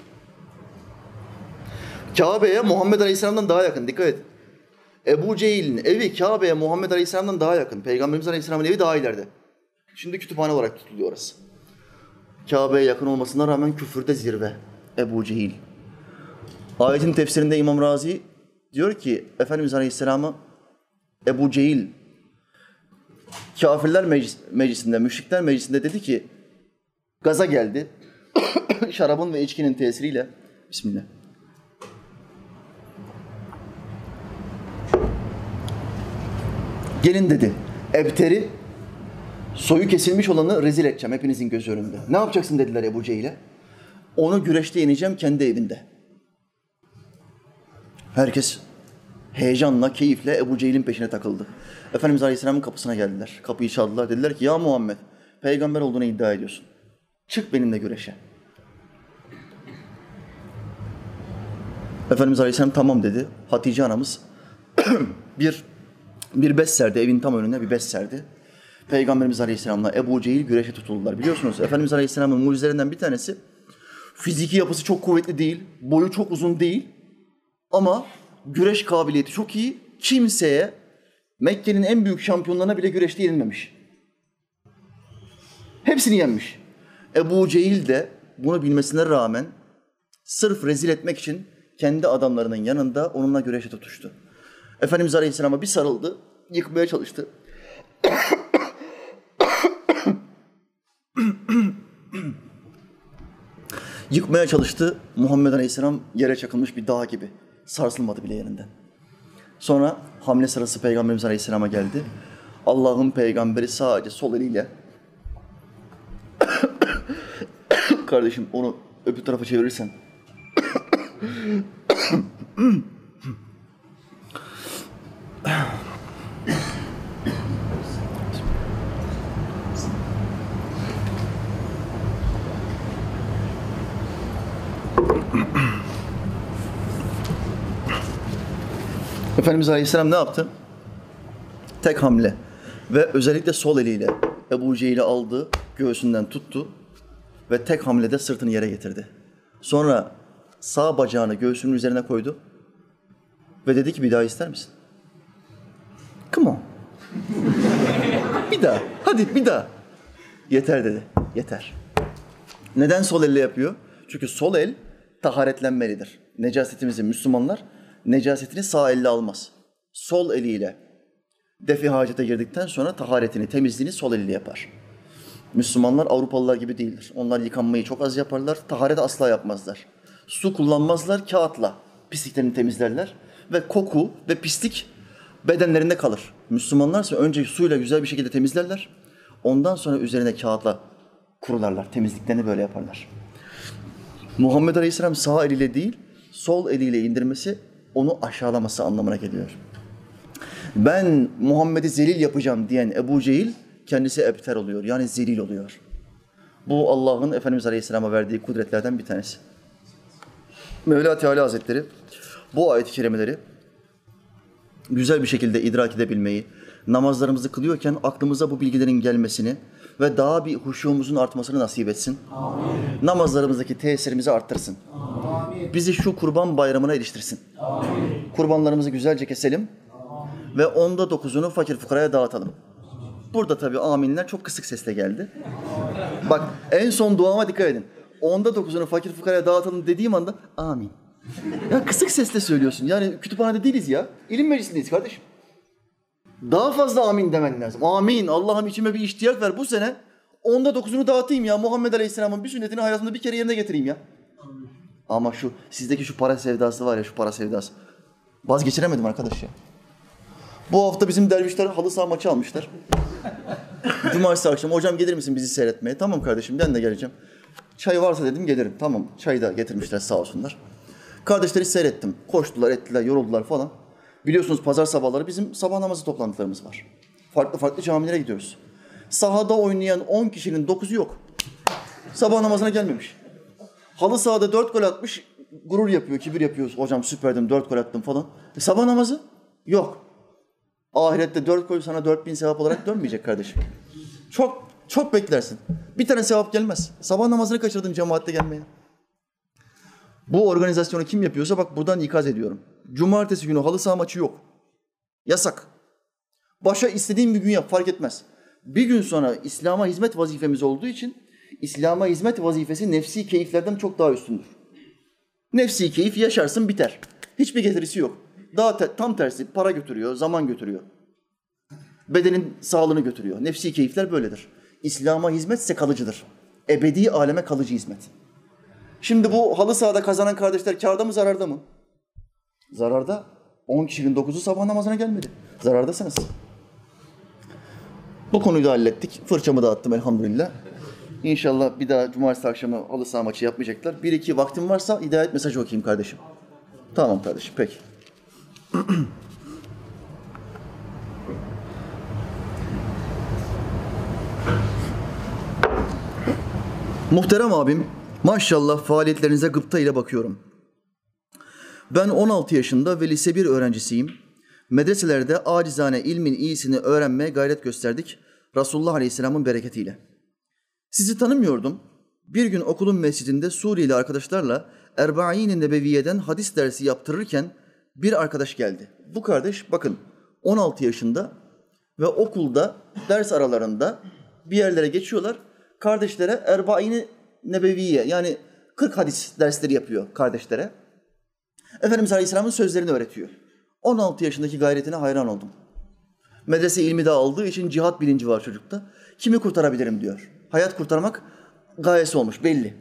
Kabe'ye Muhammed Aleyhisselam'dan daha yakın. Dikkat edin. Ebu Cehil'in evi Kabe'ye Muhammed Aleyhisselam'dan daha yakın. Peygamberimiz Aleyhisselam'ın evi daha ileride. Şimdi kütüphane olarak tutuluyor orası. Kabe'ye yakın olmasına rağmen küfürde zirve. Ebu Cehil. Ayetin tefsirinde İmam Razi diyor ki Efendimiz Aleyhisselam'ı Ebu Cehil kafirler meclisinde, müşrikler meclisinde dedi ki gaza geldi. Şarabın ve içkinin tesiriyle. Bismillah. Gelin dedi. Ebteri, soyu kesilmiş olanı rezil edeceğim hepinizin gözü önünde. Ne yapacaksın dediler Ebu Cehil'e. Onu güreşte yeneceğim kendi evinde. Herkes Heyecanla, keyifle Ebu Cehil'in peşine takıldı. Efendimiz Aleyhisselam'ın kapısına geldiler. Kapıyı çaldılar. Dediler ki ya Muhammed, peygamber olduğunu iddia ediyorsun. Çık benimle güreşe. Efendimiz Aleyhisselam tamam dedi. Hatice anamız bir bez serdi. Evin tam önüne bir bez serdi. Peygamberimiz Aleyhisselam'la Ebu Cehil güreşe tutuldular. Biliyorsunuz Efendimiz Aleyhisselam'ın mucizelerinden bir tanesi fiziki yapısı çok kuvvetli değil, boyu çok uzun değil ama güreş kabiliyeti çok iyi. Kimseye Mekke'nin en büyük şampiyonlarına bile güreşte yenilmemiş. Hepsini yenmiş. Ebu Cehil de bunu bilmesine rağmen sırf rezil etmek için kendi adamlarının yanında onunla güreşe tutuştu. Efendimiz Aleyhisselam'a bir sarıldı, yıkmaya çalıştı. Yıkmaya çalıştı. Muhammed Aleyhisselam yere çakılmış bir dağ gibi. Sarsılmadı bile yerinden. Sonra hamle sırası Peygamberimiz Aleyhisselam'a geldi. Allah'ın peygamberi sadece sol eliyle kardeşim onu öbür tarafa çevirirsen Efendimiz Aleyhisselam ne yaptı? Tek hamle ve özellikle sol eliyle Ebu Cehil'i aldı, göğsünden tuttu ve tek hamlede sırtını yere getirdi. Sonra sağ bacağını göğsünün üzerine koydu ve dedi ki bir daha ister misin? Come on. Bir daha, hadi bir daha. Yeter dedi, yeter. Neden sol elle yapıyor? Çünkü sol el taharetlenmelidir. Necasetimizi Müslümanlar necasetini sağ elle almaz. Sol eliyle defi hacete girdikten sonra taharetini, temizliğini sol eliyle yapar. Müslümanlar Avrupalılar gibi değildir. Onlar yıkanmayı çok az yaparlar, taharet asla yapmazlar. Su kullanmazlar, kağıtla pisliklerini temizlerler ve koku ve pislik bedenlerinde kalır. Müslümanlarsa önce suyla güzel bir şekilde temizlerler, ondan sonra üzerine kağıtla kurularlar, temizliklerini böyle yaparlar. Muhammed Aleyhisselam sağ eliyle değil, sol eliyle indirmesi onu aşağılaması anlamına geliyor. Ben Muhammed'i zelil yapacağım diyen Ebu Cehil kendisi ebter oluyor. Yani zelil oluyor. Bu Allah'ın Efendimiz Aleyhisselam'a verdiği kudretlerden bir tanesi. Mevla Teala Hazretleri bu ayet-i kerimeleri güzel bir şekilde idrak edebilmeyi, namazlarımızı kılıyorken aklımıza bu bilgilerin gelmesini ve daha bir huşumuzun artmasını nasip etsin. Amin. Namazlarımızdaki tesirimizi arttırsın. Amin. Bizi şu kurban bayramına iliştirsin. Amin. Kurbanlarımızı güzelce keselim. Amin. Ve 9'unu fakir fukaraya dağıtalım. Burada tabii aminler çok kısık sesle geldi. Bak en son duama dikkat edin. 9'unu fakir fukaraya dağıtalım dediğim anda amin. Ya kısık sesle söylüyorsun. Yani kütüphanede değiliz ya. İlim meclisindeyiz kardeşim. Daha fazla amin demen lazım. Amin. Allah'ım içime bir iştiyak ver. Bu sene 9'unu dağıtayım ya. Muhammed Aleyhisselam'ın bir sünnetini hayatımda bir kere yerine getireyim ya. Amin. Ama şu sizdeki şu para sevdası var ya, şu para sevdası. Vazgeçiremedim arkadaş ya. Bu hafta bizim dervişler halı saha maçı almışlar. Cumartesi akşamı hocam gelir misin bizi seyretmeye? Tamam kardeşim ben de geleceğim. Çay varsa dedim gelirim. Tamam çayı da getirmişler sağ olsunlar. Kardeşleri seyrettim. Koştular, ettiler, yoruldular falan. Biliyorsunuz pazar sabahları bizim sabah namazı toplantılarımız var. Farklı farklı camilere gidiyoruz. Sahada oynayan 10 kişinin 9'u yok. Sabah namazına gelmemiş. Halı sahada 4 gol atmış, gurur yapıyor, kibir yapıyor. Hocam süperdim, 4 gol attım falan. Sabah namazı yok. Ahirette 4 gol sana 4000 sevap olarak dönmeyecek kardeşim. Çok beklersin. Bir tane sevap gelmez. Sabah namazını kaçırdın cemaatte gelmeye. Bu organizasyonu kim yapıyorsa bak buradan ikaz ediyorum. Cumartesi günü halı saha maçı yok. Yasak. Başa istediğin bir gün yap fark etmez. Bir gün sonra İslam'a hizmet vazifemiz olduğu için İslam'a hizmet vazifesi nefsi keyiflerden çok daha üstündür. Nefsi keyif yaşarsın biter. Hiçbir getirisi yok. Daha tam tersi para götürüyor, zaman götürüyor. Bedenin sağlığını götürüyor. Nefsi keyifler böyledir. İslam'a hizmetse kalıcıdır. Ebedi aleme kalıcı hizmet. Şimdi bu halı sahada kazanan kardeşler kârda mı zararda mı? Zararda. 10 kişinin 9'u sabah namazına gelmedi. Zarardasınız. Bu konuyu da hallettik. Fırçamı dağıttım elhamdülillah. İnşallah bir daha cumartesi akşamı halı saha maçı yapmayacaklar. 1-2 vaktim varsa hidayet mesajı okuyayım kardeşim. Tamam kardeşim peki. Muhterem abim, maşallah faaliyetlerinize gıpta ile bakıyorum. Ben 16 yaşında ve lise 1 öğrencisiyim. Medreselerde acizane ilmin iyisini öğrenmeye gayret gösterdik. Resulullah Aleyhisselam'ın bereketiyle. Sizi tanımıyordum. Bir gün okulun mescidinde Suriyeli arkadaşlarla Erba'in-i Nebeviye'den hadis dersi yaptırırken bir arkadaş geldi. Bu kardeş bakın 16 yaşında ve okulda ders aralarında bir yerlere geçiyorlar. Kardeşlere Erba'in-i Nebeviye yani 40 hadis dersleri yapıyor kardeşlere. Efendimiz Aleyhisselam'ın sözlerini öğretiyor. 16 yaşındaki gayretine hayran oldum. Medrese ilmi de aldığı için cihat bilinci var çocukta. Kimi kurtarabilirim diyor. Hayat kurtarmak gayesi olmuş belli.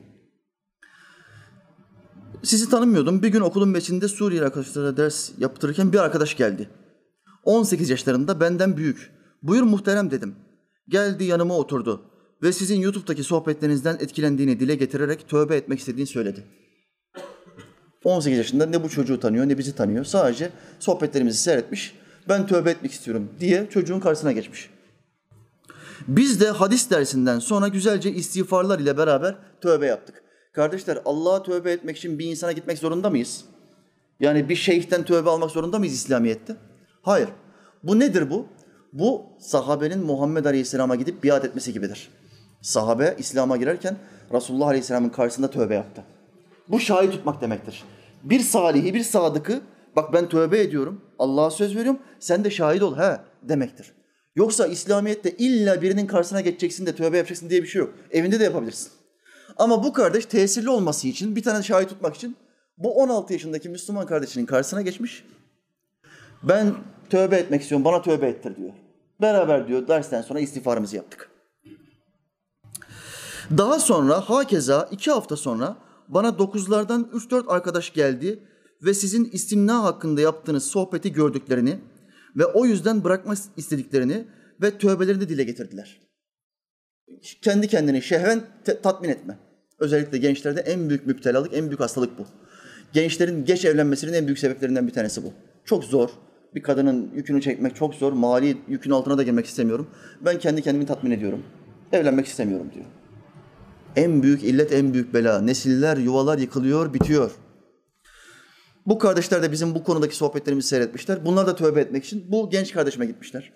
Sizi tanımıyordum. Bir gün okulun mescidinde Suriyeli arkadaşlara ders yaptırırken bir arkadaş geldi. 18 yaşlarında benden büyük. Buyur muhterem dedim. Geldi yanıma oturdu ve sizin YouTube'daki sohbetlerinizden etkilendiğini dile getirerek tövbe etmek istediğini söyledi. 18 yaşında ne bu çocuğu tanıyor ne bizi tanıyor. Sadece sohbetlerimizi seyretmiş. Ben tövbe etmek istiyorum diye çocuğun karşısına geçmiş. Biz de hadis dersinden sonra güzelce istiğfarlar ile beraber tövbe yaptık. Kardeşler Allah'a tövbe etmek için bir insana gitmek zorunda mıyız? Yani bir şeyhten tövbe almak zorunda mıyız İslamiyet'te? Hayır. Bu nedir bu? Bu sahabenin Muhammed Aleyhisselam'a gidip biat etmesi gibidir. Sahabe İslam'a girerken Resulullah Aleyhisselam'ın karşısında tövbe yaptı. Bu şahit tutmak demektir. Bir salihi, bir sadıkı, bak ben tövbe ediyorum, Allah'a söz veriyorum, sen de şahit ol demektir. Yoksa İslamiyet'te illa birinin karşısına geçeceksin de tövbe yapacaksın diye bir şey yok. Evinde de yapabilirsin. Ama bu kardeş tesirli olması için, bir tane şahit tutmak için bu 16 yaşındaki Müslüman kardeşinin karşısına geçmiş. Ben tövbe etmek istiyorum, bana tövbe ettir diyor. Beraber diyor dersten sonra istiğfarımızı yaptık. Daha sonra hakeza 2 hafta sonra bana 9'lardan 3-4 arkadaş geldi ve sizin istimna hakkında yaptığınız sohbeti gördüklerini ve o yüzden bırakmak istediklerini ve tövbelerini dile getirdiler. Kendi kendini şehven tatmin etme. Özellikle gençlerde en büyük müptelalık, en büyük hastalık bu. Gençlerin geç evlenmesinin en büyük sebeplerinden bir tanesi bu. Çok zor. Bir kadının yükünü çekmek çok zor. Mali yükün altına da girmek istemiyorum. Ben kendi kendimi tatmin ediyorum. Evlenmek istemiyorum diyor. En büyük illet, en büyük bela. Nesiller, yuvalar yıkılıyor, bitiyor. Bu kardeşler de bizim bu konudaki sohbetlerimizi seyretmişler. Bunlar da tövbe etmek için bu genç kardeşime gitmişler.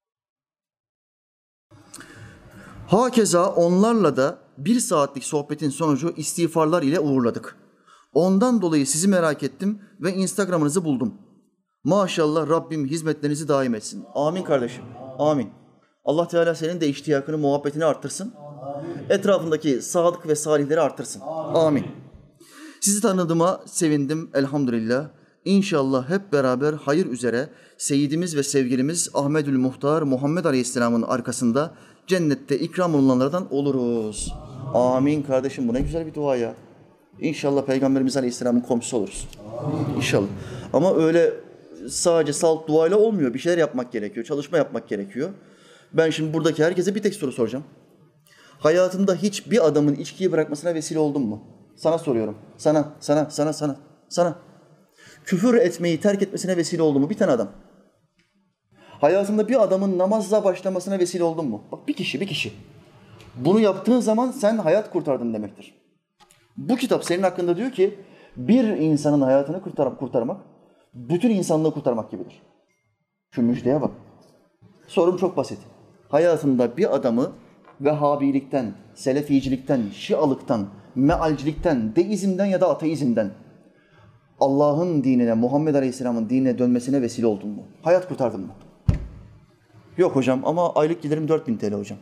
Hakeza onlarla da 1 saatlik sohbetin sonucu istiğfarlar ile uğurladık. Ondan dolayı sizi merak ettim ve Instagram'ınızı buldum. Maşallah Rabbim hizmetlerinizi daim etsin. Amin kardeşim, amin. Allah Teala senin de iştiyakını, muhabbetini arttırsın. Etrafındaki sadık ve salihleri arttırsın. Amin. Sizi tanıdığıma sevindim elhamdülillah. İnşallah hep beraber hayır üzere Seyyidimiz ve sevgilimiz Ahmedül Muhtar Muhammed Aleyhisselam'ın arkasında cennette ikram olunanlardan oluruz. Amin kardeşim, bu ne güzel bir dua ya. İnşallah Peygamberimiz Aleyhisselam'ın komşusu oluruz. İnşallah. Ama öyle sadece salt duayla olmuyor. Bir şeyler yapmak gerekiyor, çalışma yapmak gerekiyor. Ben şimdi buradaki herkese bir tek soru soracağım. Hayatında hiç bir adamın içkiyi bırakmasına vesile oldun mu? Sana soruyorum. Sana. Küfür etmeyi terk etmesine vesile oldu mu bir tane adam? Hayatında bir adamın namaza başlamasına vesile oldun mu? Bak bir kişi. Bunu yaptığın zaman sen hayat kurtardın demektir. Bu kitap senin hakkında diyor ki bir insanın hayatını kurtarmak, bütün insanlığı kurtarmak gibidir. Şu müjdeye bak. Sorum çok basit. Hayatında bir adamı Vehhabilikten, Seleficilikten, Şialıktan, Mealcilikten, Deizmden ya da Ateizmden Allah'ın dinine, Muhammed Aleyhisselam'ın dinine dönmesine vesile oldun mu? Hayat kurtardın mı? Yok hocam ama aylık gelirim 4.000 TL hocam.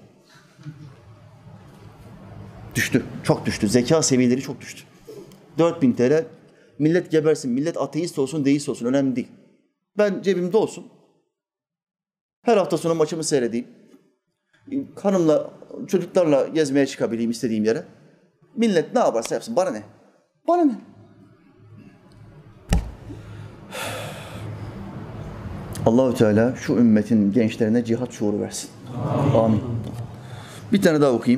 Düştü, çok düştü. Zeka seviyeleri çok düştü. 4.000 TL, millet gebersin, millet ateist olsun, deist olsun, önemli değil. Ben cebimde olsun. Her hafta sonu maçımı seyredeyim. Hanımla, çocuklarla gezmeye çıkabileyim istediğim yere. Millet ne yaparsa yapsın, bana ne? Bana ne? Allah-u Teala şu ümmetin gençlerine cihat şuuru versin. Amin. Bir tane daha okuyayım.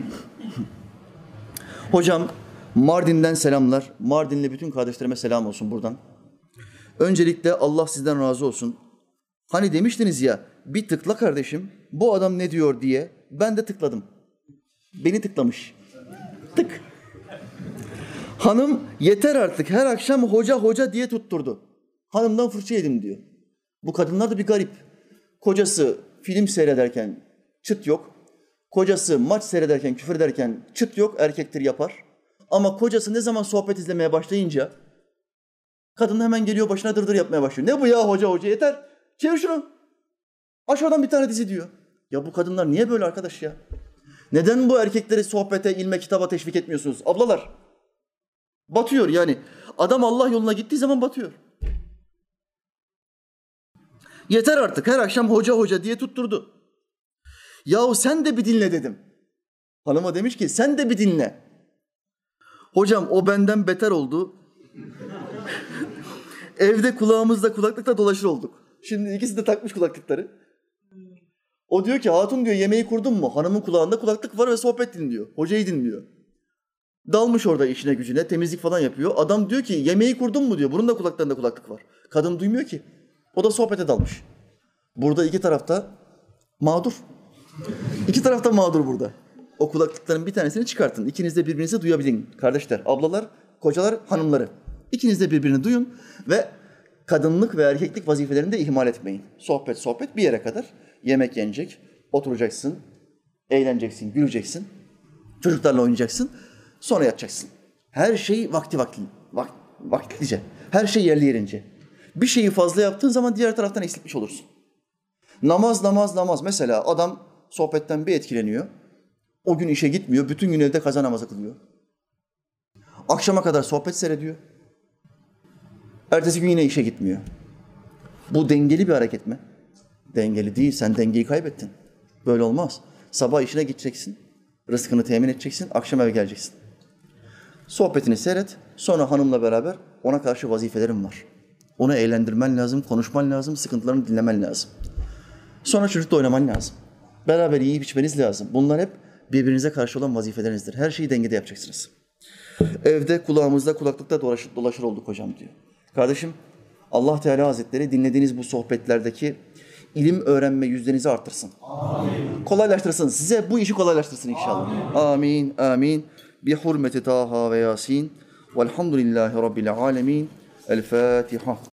Hocam Mardin'den selamlar. Mardinli bütün kardeşlerime selam olsun buradan. Öncelikle Allah sizden razı olsun. Hani demiştiniz ya, bir tıkla kardeşim, bu adam ne diyor diye. Ben de tıkladım. Beni tıklamış. Tık. Hanım yeter artık, her akşam hoca hoca diye tutturdu. Hanımdan fırça yedim diyor. Bu kadınlar da bir garip. Kocası film seyrederken çıt yok. Kocası maç seyrederken, küfür ederken çıt yok, erkektir yapar. Ama kocası ne zaman sohbet izlemeye başlayınca kadın hemen geliyor başına dırdır yapmaya başlıyor. Ne bu ya hoca hoca, yeter. Çevir şunu. Aşağıdan bir tane dizi diyor. Ya bu kadınlar niye böyle arkadaş ya? Neden bu erkekleri sohbete, ilme, kitaba teşvik etmiyorsunuz? Ablalar. Batıyor yani. Adam Allah yoluna gittiği zaman batıyor. Yeter artık, her akşam hoca hoca diye tutturdu. Yahu sen de bir dinle dedim. Hanıma demiş ki sen de bir dinle. Hocam o benden beter oldu. Evde kulağımızda kulaklıkla dolaşır olduk. Şimdi ikisi de takmış kulaklıkları. O diyor ki hatun diyor yemeği kurdun mu? Hanımın kulağında kulaklık var ve sohbet dinliyor. Hocayı dinliyor. Dalmış orada işine gücüne, temizlik falan yapıyor. Adam diyor ki yemeği kurdun mu diyor. Bunun da kulaklarında kulaklık var. Kadın duymuyor ki. O da sohbete dalmış. Burada iki tarafta mağdur. İki tarafta mağdur burada. O kulaklıkların bir tanesini çıkartın. İkiniz de birbirinizi duyabilin. Kardeşler, ablalar, kocalar, hanımları. İkiniz de birbirini duyun ve kadınlık ve erkeklik vazifelerini de ihmal etmeyin. Sohbet bir yere kadar. Yemek yenecek, oturacaksın, eğleneceksin, güleceksin, çocuklarla oynayacaksın, sonra yatacaksın. Her şey vakitlice. Her şey yerli yerince. Bir şeyi fazla yaptığın zaman diğer taraftan eksiltmiş olursun. Namaz. Mesela adam sohbetten bir etkileniyor. O gün işe gitmiyor. Bütün gün evde kaza namazı kılıyor. Akşama kadar sohbet seyrediyor. Ertesi gün yine işe gitmiyor. Bu dengeli bir hareket mi? Dengeli değil. Sen dengeyi kaybettin. Böyle olmaz. Sabah işine gideceksin. Rızkını temin edeceksin. Akşam eve geleceksin. Sohbetini seyret. Sonra hanımla beraber ona karşı vazifelerin var. Onu eğlendirmen lazım, konuşman lazım, sıkıntılarını dinlemen lazım. Sonra çocukla oynaman lazım. Beraber yiyip içmeniz lazım. Bunlar hep birbirinize karşı olan vazifelerinizdir. Her şeyi dengede yapacaksınız. Evde kulağımızda kulaklıkta dolaşır olduk hocam diyor. Kardeşim, Allah Teala Hazretleri dinlediğiniz bu sohbetlerdeki ilim öğrenme yüzdenizi artırsın. Amin. Kolaylaştırsın. Size bu işi kolaylaştırsın inşallah. Amin. Amin. Bi hurmeti Taha ve Yasin. Velhamdülillahi Rabbil alemin. El Fatiha.